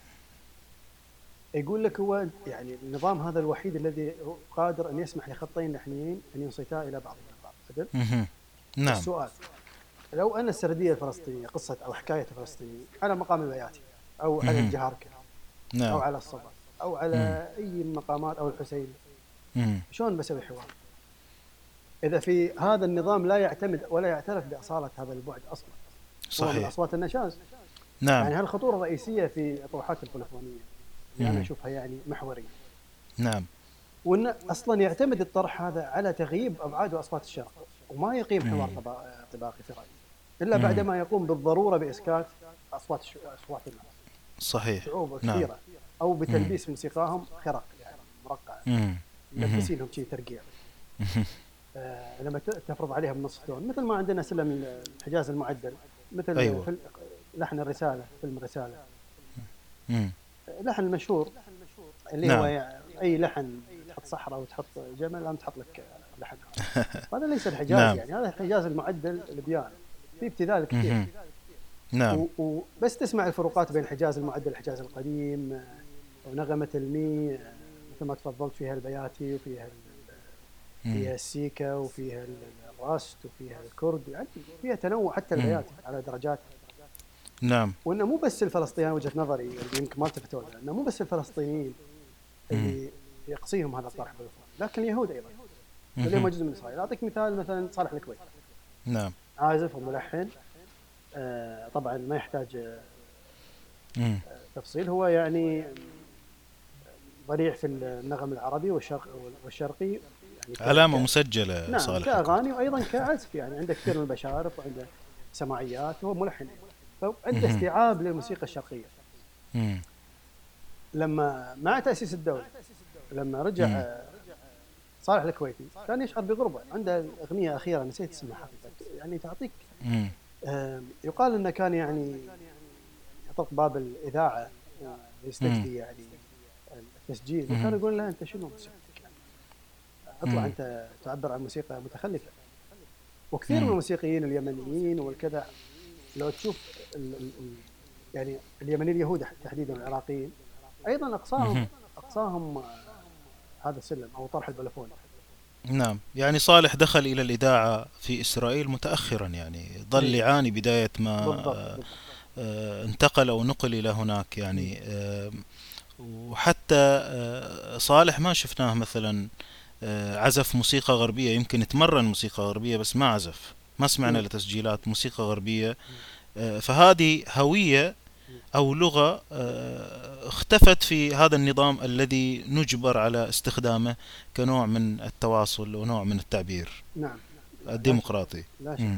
يقول لك هو يعني النظام هذا الوحيد الذي قادر ان يسمح لخطين لحنيين ان ينصتا الى بعضهم البعض. عدل؟ مم. نعم. السؤال، لو ان السرديه الفلسطينيه قصه او حكايه فلسطينيه على مقام البياتي او على مم. الجهاركه او نعم. على الصبا او مم. على اي مقامات او الحسين، مم. شلون بسوي حوار اذا في هذا النظام لا يعتمد ولا يعترف باصاله هذا البعد اصلا؟ هو من صحيح. اصوات النشاز. نعم. يعني هالخطوره الرئيسيه في اطروحات البوليفونيه اللي انا مم. اشوفها يعني محوريه، نعم. وان اصلا يعتمد الطرح هذا على تغييب ابعاد واصوات الشرق، وما يقيم حوار مم. طباقي في رايي الا مم. بعدما يقوم بالضروره باسكات اصوات الناس، صحيح. صعوبه نعم. كثيره، او مم. بتلبيس موسيقاهم خرق يعني مرقعه، مم. مم. ملبسين لهم شيء ترقيع. لما تفرض عليهم نصف تون، مثل ما عندنا سلم الحجاز المعدل، مثل أيوة. في لحن الرساله، فيلم الرساله، مم. لحن المشهور اللي نعم. هو يعني اي لحن تحط صحراء وتحط جمل أم تحط لك لحن. هذا ليس الحجاز. نعم. يعني هذا الحجاز المعدل البيانو في ابتذال كثير. مم. نعم. وبس تسمع الفروقات بين الحجاز المعدل والحجاز القديم، ونغمة المي مثل ما تفضلت فيها البياتي، وفيها فيها السيكا، وفيها الراست، وفيها الكرد، يعني فيها تنوع حتى البياتي على درجات. نعم. وانه مو بس الفلسطينيين، وجهه نظري اللي يمكن ما التفتوا لها، انه مو بس الفلسطينيين اللي يقصيهم هذا الطرح بالفعل، لكن اليهود ايضا اللي هم جزء من اسرائيل. اعطيك مثال، مثلا صالح الكويتي، نعم. عازف وملحن، طبعا ما يحتاج تفصيل، هو يعني ضليع في النغم العربي والشرقي يعني علامة مسجلة نعم صالح كأغاني الكويتي. وأيضا كعزف، يعني عنده كثير من البشارف وعنده سماعيات وهو ملحن، فعنده استيعاب للموسيقى الشرقية. لما مع تأسيس الدولة، لما رجع صالح الكويتي كان يشعر بغربة. عنده أغنية أخيرة نسيت اسمها حقيقة، يعني تعطيك يقال أنه كان يعني يطرق باب الإذاعة ويستجدي يعني التسجيل، وكان يقول له أنت شنو موسيقتك يعني، اطلع أنت تعبر عن موسيقى متخلفة. وكثير من الموسيقيين اليمنيين والكذا لو تشوف يعني اليمنيين اليهود تحديدا العراقيين ايضا اقصاهم هذا السلم او طرح البلفون. نعم، يعني صالح دخل إلى الإذاعة في إسرائيل متأخرا، يعني ظل يعاني بداية ما بالضبط. انتقل أو نقل إلى هناك يعني. وحتى صالح ما شفناه مثلا عزف موسيقى غربية، يمكن تمرن موسيقى غربية بس ما عزف، ما سمعنا لتسجيلات موسيقى غربية. فهذه هوية أو لغة اختفت في هذا النظام الذي نجبر على استخدامه كنوع من التواصل ونوع من التعبير. نعم الديمقراطي. لا شك.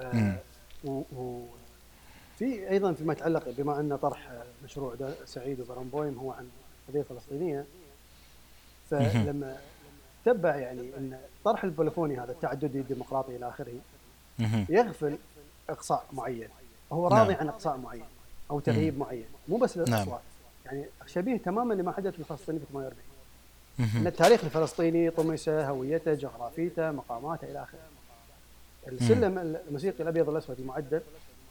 وفي أيضا فيما يتعلق، بما أن طرح مشروع سعيد وبرامبويم هو عن قضية فلسطينية، فلما تبع يعني أن طرح البوليفوني هذا التعددي الديمقراطي إلى آخره يغفل إقصاء معين، هو راضي عن إقصاء معين أو تغييب معين، مو بس للأصوات. يعني شبيه تماما لما حدث للفلسطينيين في 48، أن التاريخ الفلسطيني طمس، هويته، جغرافيته، مقاماته إلى آخره. السلم الموسيقي الأبيض والأسود المعدل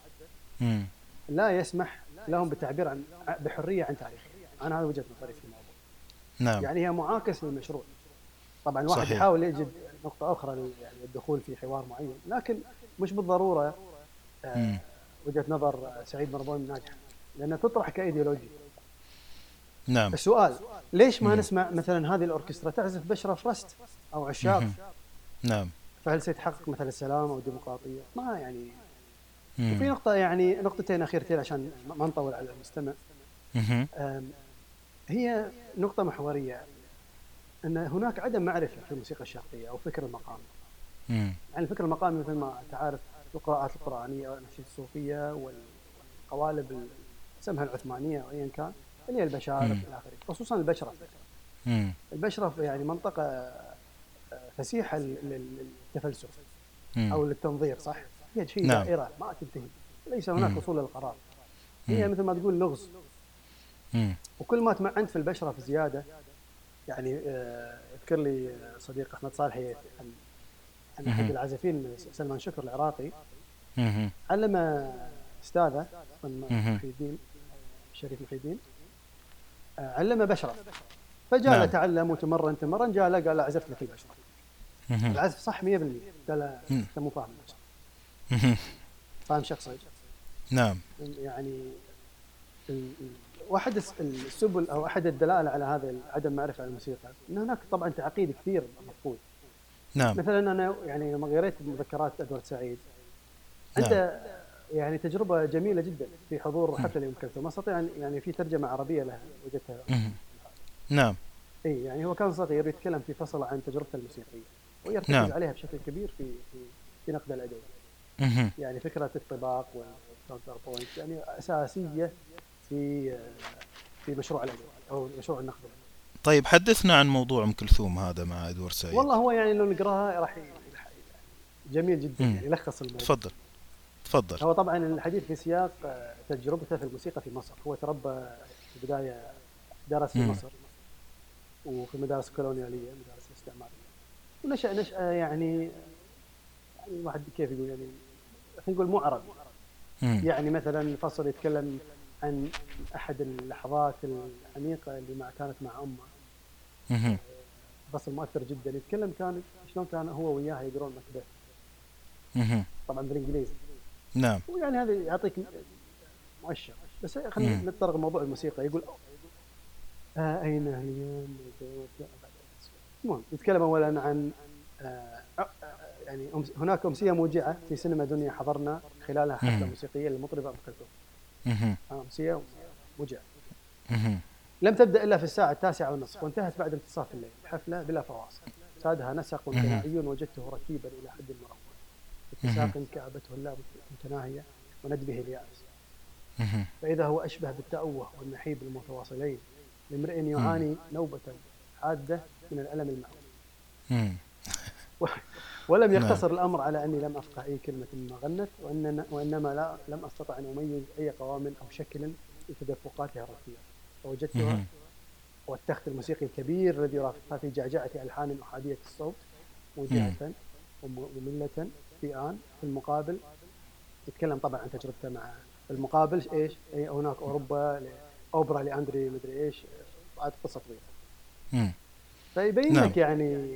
لا يسمح لهم بالتعبير بحرية عن تاريخهم. أنا هذا وجهة نظري في الموضوع. نعم. يعني هي معاكس للمشروع. طبعا الواحد صحيح. يحاول يجد نقطة أخرى يعني الدخول في حوار معين، لكن مش بالضرورة وجهة نظر سعيد برامبويم ناجحة، لأنها تطرح كأيديولوجيا. نعم. السؤال ليش ما نسمع مثلا هذه الأوركسترا تعزف بشرف رست أو عشاق؟ نعم. فهل سيتحقق مثلا السلام أو الديمقراطية؟ ما يعني. وفي نقطة، يعني نقطتين أخيرتين عشان ما نطول على المستمع. هي نقطة محورية، أن هناك عدم معرفة في الموسيقى الشرقية أو فكر المقام. يعني الفكر المقامي مثل ما تعرف القراءات القرآنية والأناشيد الصوفية والقوالب سمها العثمانية أو أيا كان، اللي هي البشارف إلى آخره، خصوصا البشرف. البشرف يعني منطقة فسيحة للتفلسف أو للتنظير، صح؟ هي شيء دائرة ما تنتهي، ليس هناك وصول للقرار. هي مثل ما تقول لغز. وكل ما تمعنت في البشرف زيادة، يعني اذكر لي صديق أحمد صالحي عن أحد العازفين، سلمان شكر العراقي، علم أستاذه محي الدين الشريف محي الدين، علم بشرف، فجاء له تعلم وتمرن، جاء له قال له عزفت لك البشرف. العزف صح 100%، قال له أنت مو فاهم البشرف. فاهم شخصي. نعم. يعني واحد السبل أو أحد الدلائل على هذا عدم معرفة الموسيقى أن هناك طبعا تعقيد كثير مفقود. نعم. مثلا أنا يعني لما قريت مذكرات أدوارد سعيد، عنده يعني تجربة جميلة جدا في حضور حفلة لأم كلثوم. أستطيع يعني في ترجمة عربية لها وجدتها. نعم. إيه يعني هو كان صغير يتكلم في فصل عن تجربته الموسيقية ويركز عليها بشكل كبير في نقد الأدب. يعني فكرة الطباق والكونتر بوينت يعني أساسية في مشروع الأدب أو مشروع النقد. طيب حدثنا عن موضوع أم كلثوم هذا مع أدوارد سعيد. والله هو يعني لو نقراها راح جميل جدا، يعني يلخص الموضوع. تفضل. هو طبعا الحديث في سياق تجربته في الموسيقى في مصر. هو تربى في البداية، درس في مصر وفي مدارس كولونيالية، مدارس استعمارية، ونشأ نشأة يعني الواحد كيف يقول، يعني خلينا نقول مو عربي. يعني مثلا فصل يتكلم عن أحد اللحظات العميقة اللي كانت مع أمه. فصل مؤثر جدا، يتكلم كان شلون كان هو وياها يقرون مكبث، طبعا بالإنجليزي. نعم. ويعني هذا يعطيك مؤشر. بس خلينا نتطرق موضوع الموسيقى. يقول أين هي المهم يتكلم أولا عن يعني هناك أمسية موجعة في سينما دنيا حضرنا خلالها حفلة موسيقية للمطربة أم كلثوم. أمسية موجعة لم تبدأ إلا في الساعة 9:30 وانتهت بعد منتصف الليل. حفلة بلا فواصل سادها نسق ثنائي وجدته ركيبا إلى حد المروع اتساق كعبته اللام متناهية وندبه اليأس، فإذا هو أشبه بالتأوه والنحيب المتواصلين لامرئ يعاني نوبة حادة من الألم المعوي. ولم يقتصر الأمر على أني لم أفقه أي كلمة مما غنت، وإنما لم أستطع أن أميز أي قوام أو شكل لتدفقاتها الرثية، فوجدتها والتخت الموسيقي الكبير الذي يرافقها في جعجعة ألحان أحادية الصوت موجعة ومملة في آن. في المقابل يتكلم طبعا عن تجربته مع المقابل إيش هناك أوبرا لأندري مدري إيش، بعد قصة طويلة. فيبين لك يعني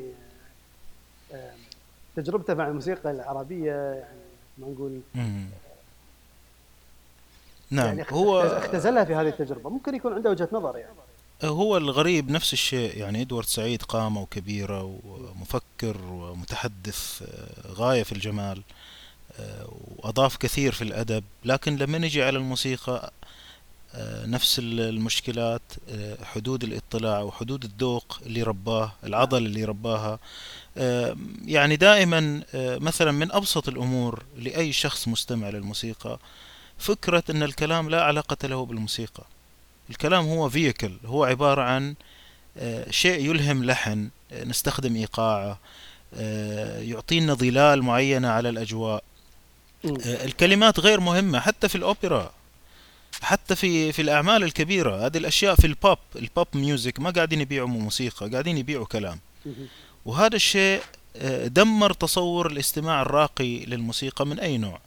تجربته مع الموسيقى العربية، يعني ما نقول نعم يعني هو اختزلها في هذه التجربة. ممكن يكون عنده وجهة نظر يعني. هو الغريب نفس الشيء، يعني إدوارد سعيد قامة كبيرة ومفكر ومتحدث غاية في الجمال، وأضاف كثير في الأدب، لكن لما نجي على الموسيقى نفس المشكلات، حدود الاطلاع وحدود الذوق اللي رباه، العضل اللي رباها. يعني دائما مثلا من أبسط الأمور لأي شخص مستمع للموسيقى فكرة أن الكلام لا علاقة له بالموسيقى. الكلام هو فيكل، هو عبارة عن شيء يلهم لحن، نستخدم إيقاعه، يعطينا ظلال معينة على الأجواء. الكلمات غير مهمة حتى في الأوبرا، حتى في الأعمال الكبيرة. هذه الأشياء في البوب ميوزك ما قاعدين يبيعوا موسيقى، قاعدين يبيعوا كلام. وهذا الشيء دمر تصور الاستماع الراقي للموسيقى من أي نوع.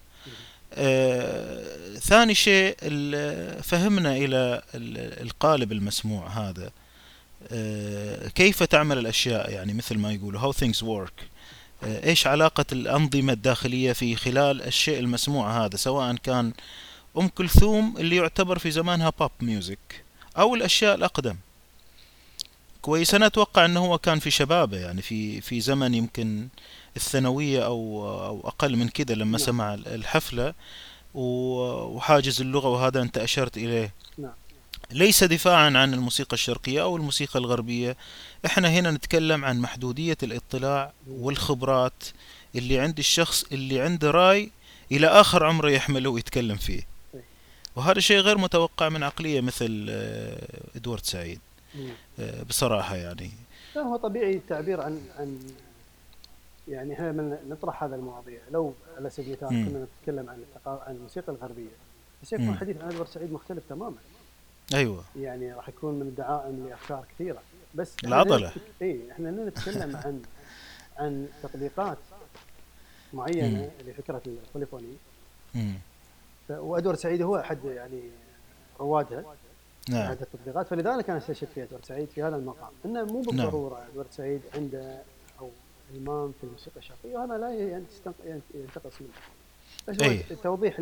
ثاني شيء فهمنا إلى القالب المسموع هذا، كيف تعمل الأشياء، يعني مثل ما يقولوا how things work. إيش علاقة الأنظمة الداخلية في خلال الشيء المسموع هذا، سواء كان أم كلثوم اللي يعتبر في زمانها بوب ميوزك أو الأشياء الأقدم. كويس، أنا أتوقع أنه هو كان في شبابه، يعني في زمن يمكن الثانوية أو أقل من كده لما سمع الحفلة، وحاجز اللغة، وهذا أنت أشرت إليه. ليس دفاعا عن الموسيقى الشرقية أو الموسيقى الغربية، إحنا هنا نتكلم عن محدودية الاطلاع والخبرات اللي عند الشخص اللي عنده رأي إلى آخر عمره يحمله ويتكلم فيه، وهذا شيء غير متوقع من عقلية مثل إدوارد سعيد بصراحة. يعني هو طبيعي التعبير عن يعني احنا من نطرح هذا المواضيع. لو على سبيل المثال كنا نتكلم عن الموسيقى الغربية، بس يكون حديث عن إدوارد سعيد مختلف تماما. أيوة، يعني راح يكون من الدعائم لأفكار كثيرة. بس العضلة احنا نتكلم عن تطبيقات معينة لفكرة البوليفوني. وإدوارد سعيد هو أحد يعني روادها هذه التطبيقات، فلذلك أنا استشهدت في إدوارد سعيد في هذا المقام. إنه مو بالضرورة إدوارد سعيد عنده أو إمام في الموسيقى الشرقية، وهذا لا ينتقص منه، بس هو التوضيح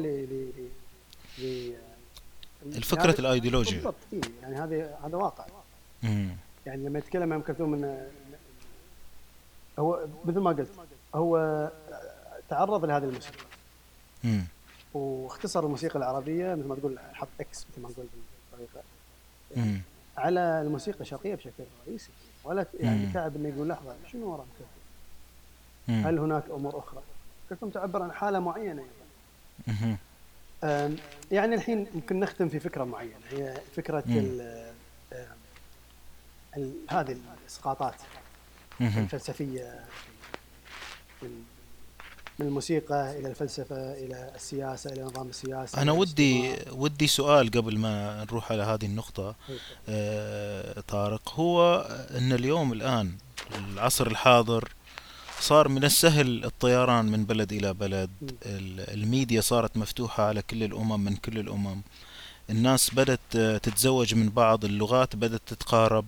الفكرة الأيديولوجيا بالضبط. يعني هذا واقع. يعني لما يتكلم عن كلثوم هو مثل ما قلت هو تعرض لهذه الموسيقى واختصر الموسيقى العربية مثل ما تقول، حط اكس مثل ما نقول بالطريقة يعني على الموسيقى الشرقية بشكل رئيسي. ولا يعني تعب انه يقول لحظة شنو وراء كلثوم؟ هل هناك امور اخرى؟ كلثوم تعبر عن حالة معينة ايضا. يعني الحين ممكن نختم في فكرة معينة، هي فكرة هذه الإسقاطات الفلسفية من الموسيقى إلى الفلسفة إلى السياسة إلى نظام السياسة. أنا ودي سؤال قبل ما نروح على هذه النقطة طارق. هو أن اليوم الآن العصر الحاضر صار من السهل الطيران من بلد إلى بلد، الميديا صارت مفتوحة على كل الأمم من كل الأمم، الناس بدأت تتزوج من بعض، اللغات بدأت تتقارب،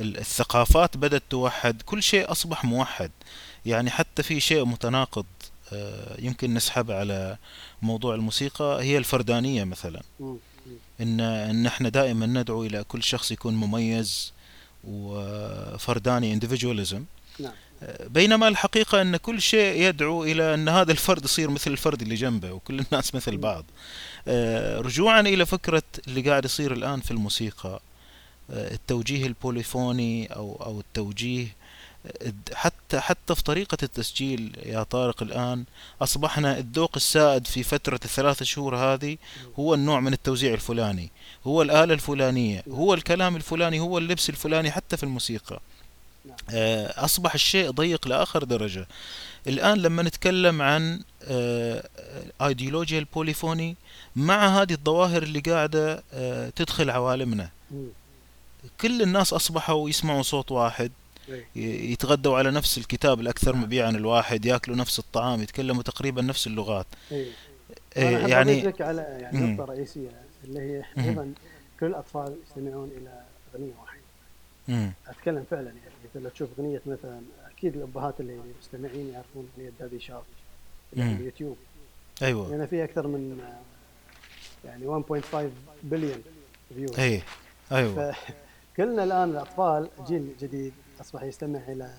الثقافات بدأت توحد، كل شيء أصبح موحد. يعني حتى في شيء متناقض يمكن نسحب على موضوع الموسيقى هي الفردانية مثلا. مم. إن إحنا دائما ندعو إلى كل شخص يكون مميز وفرداني individualism. نعم. بينما الحقيقة أن كل شيء يدعو إلى أن هذا الفرد يصير مثل الفرد اللي جنبه وكل الناس مثل بعض. رجوعا إلى فكرة اللي قاعد يصير الآن في الموسيقى، التوجيه البوليفوني أو التوجيه حتى في طريقة التسجيل يا طارق. الآن أصبحنا الذوق السائد في فترة الثلاث شهور هذه هو النوع من التوزيع الفلاني، هو الآلة الفلانية، هو الكلام الفلاني، هو اللبس الفلاني، حتى في الموسيقى. أصبح الشيء ضيق لآخر درجة. الآن لما نتكلم عن ايديولوجيا البوليفوني مع هذه الظواهر اللي قاعدة تدخل عوالمنا، كل الناس أصبحوا يسمعوا صوت واحد، يتغدوا على نفس الكتاب الأكثر مبيعا الواحد، يأكلوا نفس الطعام، يتكلموا تقريبا نفس اللغات. أنا يعني لك على يعني نقطة رئيسية اللي هي أيضا كل الأطفال يستمعون إلى أغنية واحدة. أتكلم فعلا يعني مثل تشوف أغنية مثلا، أكيد الأبهات اللي مستمعين يعرفون أغنية دادي شارك اللي في اليوتيوب. أيوة. يعني في أكثر من يعني 1.5 بليون فيوز. أيوة. فكلنا الآن الأطفال جيل جديد أصبح يستمع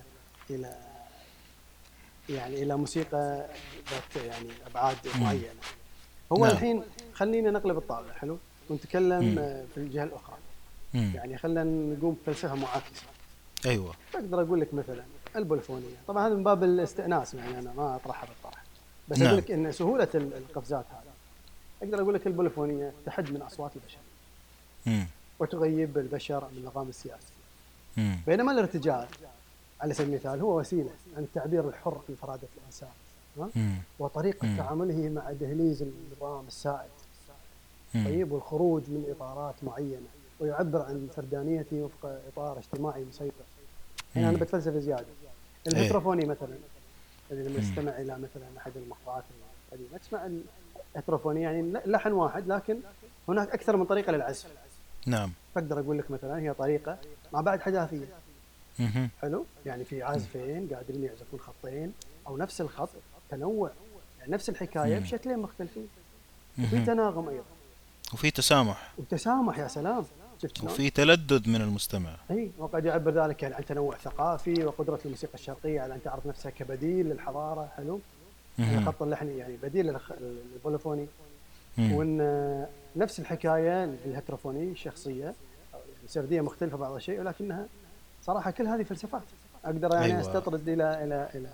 إلى موسيقى ذات يعني أبعاد معينة. هو نعم. الحين خلينا نقلب الطاولة حلو ونتكلم في الجهة الأخرى. يعني خلينا نقوم بفلسفة معاكسة. أيوة. أقدر أقول لك مثلا البوليفونية، طبعا هذا من باب الاستئناس، يعني أنا ما أطرحها بالطرح، بس نعم. أقول لك إن سهولة القفزات هذا. أقدر أقول لك البوليفونية تحد من أصوات البشر وتغيب البشر من النظام السياسي. بينما الارتجال على سبيل المثال هو وسيلة عن التعبير الحر عن فرادة الإنسان وطريقة تعامله مع دهليز النظام السائد، طيب، والخروج من إطارات معينة، ويعبر عن فردانيته وفق إطار اجتماعي مسيطر. هنا أنا بتفلسف زيادة. الهيتروفوني مثلا، لما تستمع إلى مثلا أحد المقطوعات القديمة تسمع الهيتروفوني يعني لحن واحد لكن هناك أكثر من طريقة للعزف. نعم. فأقدر أقول لك مثلا هي طريقة مع بعض حداثية. حلو، يعني في عازفين قادرين يعزفون خطين أو نفس الخط، تنوع، يعني نفس الحكاية بشكلين مختلفين، وفي تناغم أيضا، وفي تسامح يا سلام، شفت شلون؟ وفي تلذذ من المستمع. وقد يعبر ذلك يعني عن تنوع ثقافي وقدرة الموسيقى الشرقية على أن تعرض نفسها كبديل للحضارة. حلو، الخط اللحني يعني بديل للبوليفوني. وأن نفس الحكاية الهيتروفوني الشخصية، يعني سردية مختلفة بعض الشيء، ولكنها صراحة كل هذه فلسفات أقدر يعني أستطرد إلى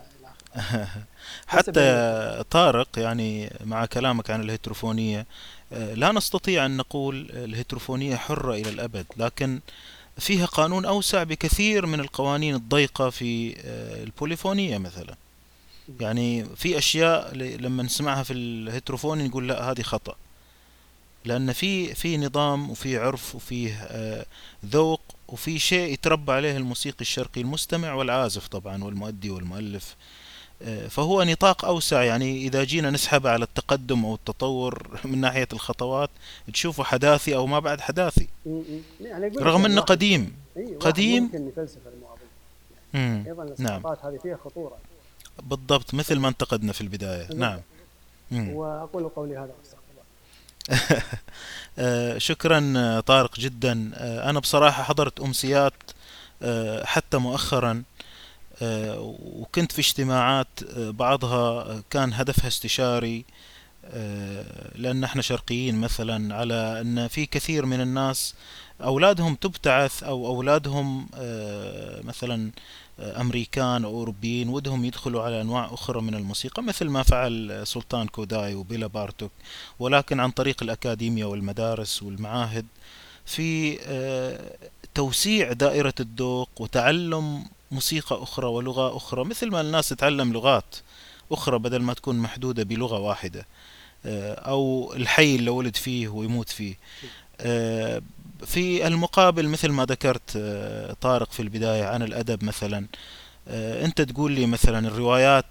حتى طارق، يعني مع كلامك عن الهيتروفونية، لا نستطيع أن نقول الهيتروفونية حرة إلى الأبد، لكن فيها قانون أوسع بكثير من القوانين الضيقة في البوليفونية مثلا. يعني في أشياء لما نسمعها في الهيتروفوني نقول لا هذه خطأ، لأن في نظام وفي عرف وفيه ذوق وفي شيء يتربى عليه الموسيقي الشرقي المستمع والعازف طبعا والمؤدي والمؤلف. فهو نطاق أوسع. يعني إذا جينا نسحب على التقدم أو التطور من ناحية الخطوات تشوفه حداثي أو ما بعد حداثي، يعني رغم أنه قديم. قديم ممكن يفلسف المواضيع. أيضا الصفات هذه فيها خطورة. بالضبط، مثل ما انتقدنا في البداية. نعم. وأقول قولي هذا واستغفر شكرا طارق جدا. أنا بصراحة حضرت أمسيات حتى مؤخرا، وكنت في اجتماعات بعضها كان هدفها استشاري، لأن احنا شرقيين مثلا، على أن في كثير من الناس أولادهم تبتعث أو أولادهم مثلا أمريكان أو أوروبيين ودهم يدخلوا على أنواع أخرى من الموسيقى مثل ما فعل سلطان كوداي وبيلا بارتوك، ولكن عن طريق الأكاديمية والمدارس والمعاهد، في توسيع دائرة الذوق وتعلم موسيقى أخرى ولغة أخرى، مثل ما الناس تتعلم لغات أخرى بدل ما تكون محدودة بلغة واحدة، أو الحي اللي ولد فيه ويموت فيه. في المقابل مثل ما ذكرت طارق في البداية عن الأدب مثلا، أنت تقول لي مثلا الروايات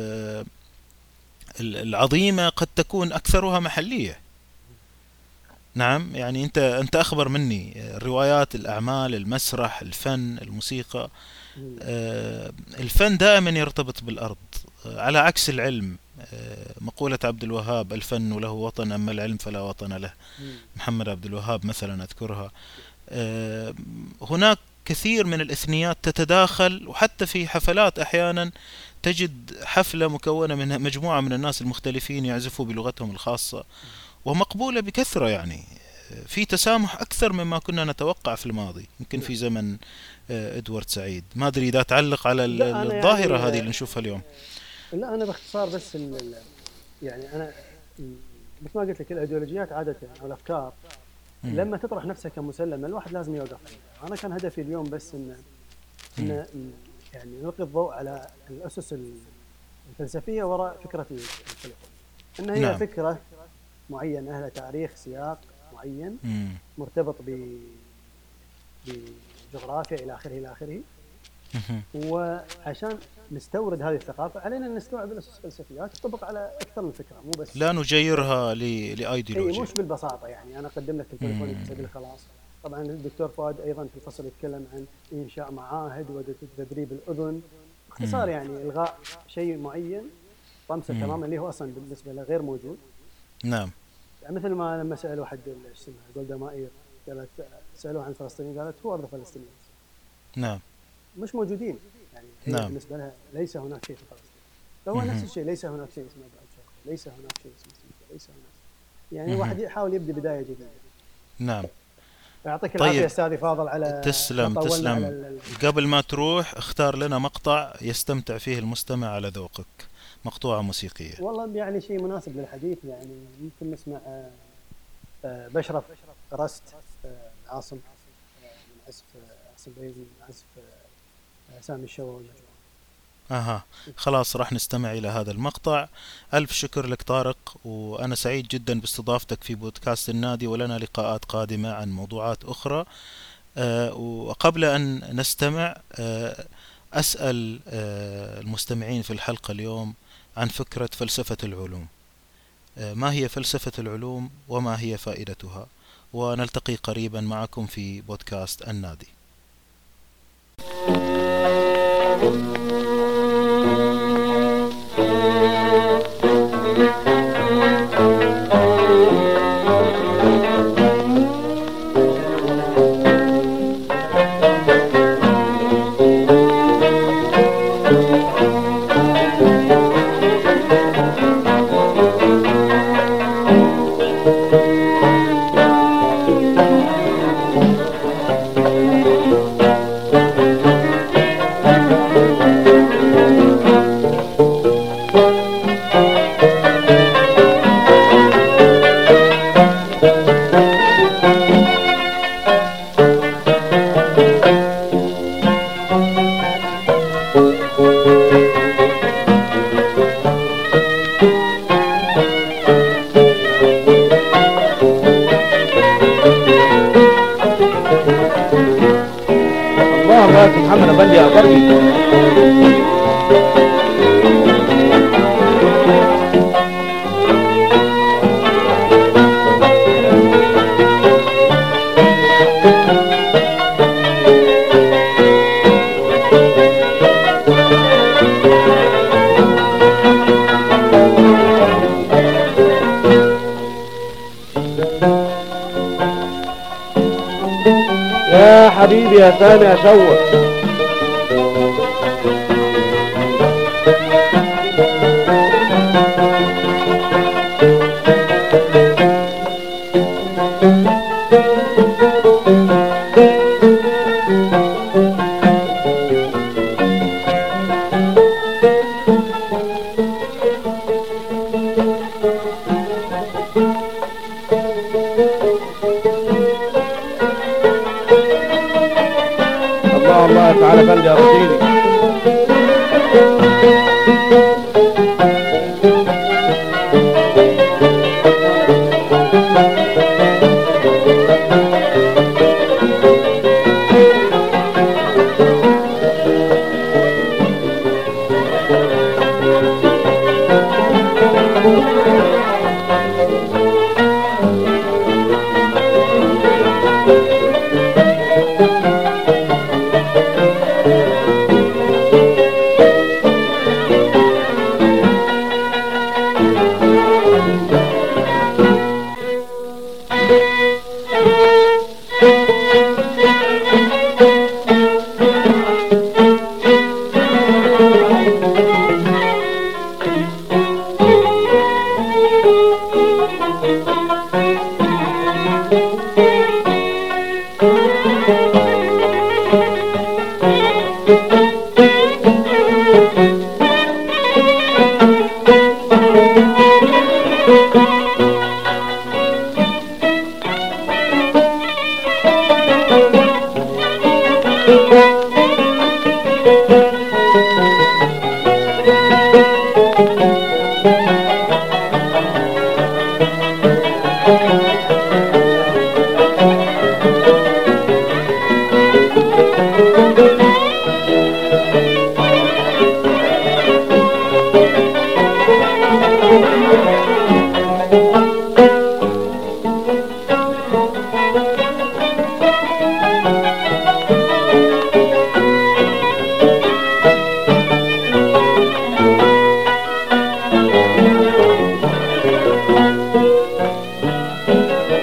العظيمة قد تكون أكثرها محلية. نعم، يعني أنت أخبر مني الروايات، الأعمال، المسرح، الفن، الموسيقى. الفن دائما يرتبط بالأرض على عكس العلم. مقولة عبد الوهاب: الفن له وطن أما العلم فلا وطن له. محمد عبد الوهاب مثلا أذكرها. هناك كثير من الإثنيات تتداخل، وحتى في حفلات أحيانا تجد حفلة مكونة من مجموعة من الناس المختلفين يعزفوا بلغتهم الخاصة ومقبولة بكثرة. يعني في تسامح أكثر مما كنا نتوقع في الماضي، يمكن في زمن إدوارد سعيد. ما أدري إذا تعلق على الظاهرة هذه اللي نشوفها اليوم. لا أنا باختصار بس يعني أنا مثل ما قلت لك الأيديولوجيات عادة أو الأفكار لما تطرح نفسها كمسلمة الواحد لازم يوقف عليها. أنا كان هدفي اليوم بس إن يعني نلقي الضوء على الأسس الفلسفية وراء فكرة الخلق، إن هي فكرة معينة لها تاريخ سياق معين مرتبط بجغرافيا إلى آخره إلى آخره. وعشان نستورد هذه الثقافة علينا أن نستوعب الأسس الفلسفية تطبق على أكثر من فكرة، مو بس لا نجيرها لأيديولوجيا. مش بالبساطة. يعني أنا أقدم لك التليفون يتصل خلاص. طبعا الدكتور فؤاد أيضا في الفصل يتكلم عن إنشاء معاهد وتدريب الأذن باختصار، يعني إلغاء شيء معين طمسة تماما اللي هو أصلا بالنسبة له غير موجود. نعم. يعني مثل ما لما سألوا حد اسمها جولدا مائير قالت سألوه عن الفلسطينيين قالت هو أرض فلسطينيين. نعم. مش موجودين. يعني نعم. بالنسبة لها ليس هناك شيء في فلسطين. فهو نفس الشيء، ليس هناك شيء اسمه بعد شرق، ليس هناك شيء اسمه سوريا، ليس هناك. يعني واحد يحاول يبدأ بداية جديدة. نعم. يعطيك العافية أستاذي فاضل على تسلم. قبل ما تروح اختار لنا مقطع يستمتع فيه المستمع على ذوقك، مقطوعة موسيقية. والله يعني شيء مناسب للحديث. يعني ممكن نسمع بشرف رست عاصم من عزف عاصم بيزي من عزف سامي الشوا والمجموعة. خلاص راح نستمع إلى هذا المقطع. ألف شكر لك طارق، وأنا سعيد جدا باستضافتك في بودكاست النادي، ولنا لقاءات قادمة عن موضوعات أخرى. وقبل أن نستمع أسأل المستمعين في الحلقة اليوم عن فكرة فلسفة العلوم. ما هي فلسفة العلوم وما هي فائدتها؟ ونلتقي قريبا معكم في بودكاست النادي. محمد أبلي يا غربي. يا حبيبي يا سامي أشوق. الله تعالى فندي يا رشيدي.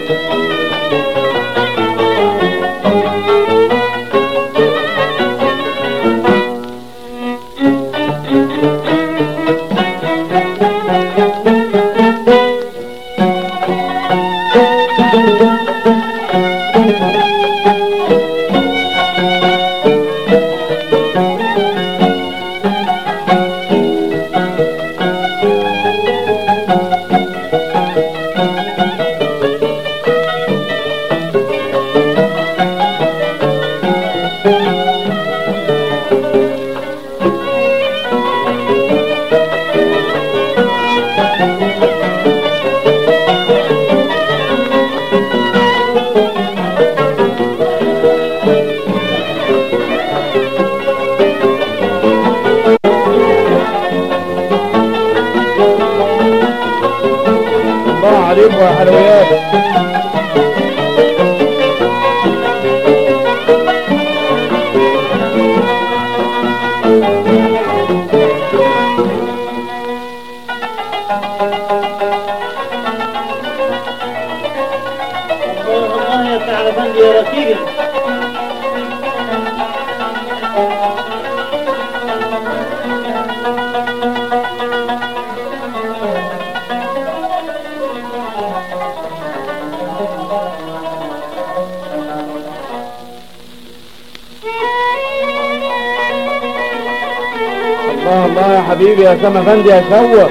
الله عليكم يا حلويات. الله يا ثعلبان يا رفيقي. الله الله يا حبيبي يا سما فندي يا شوق.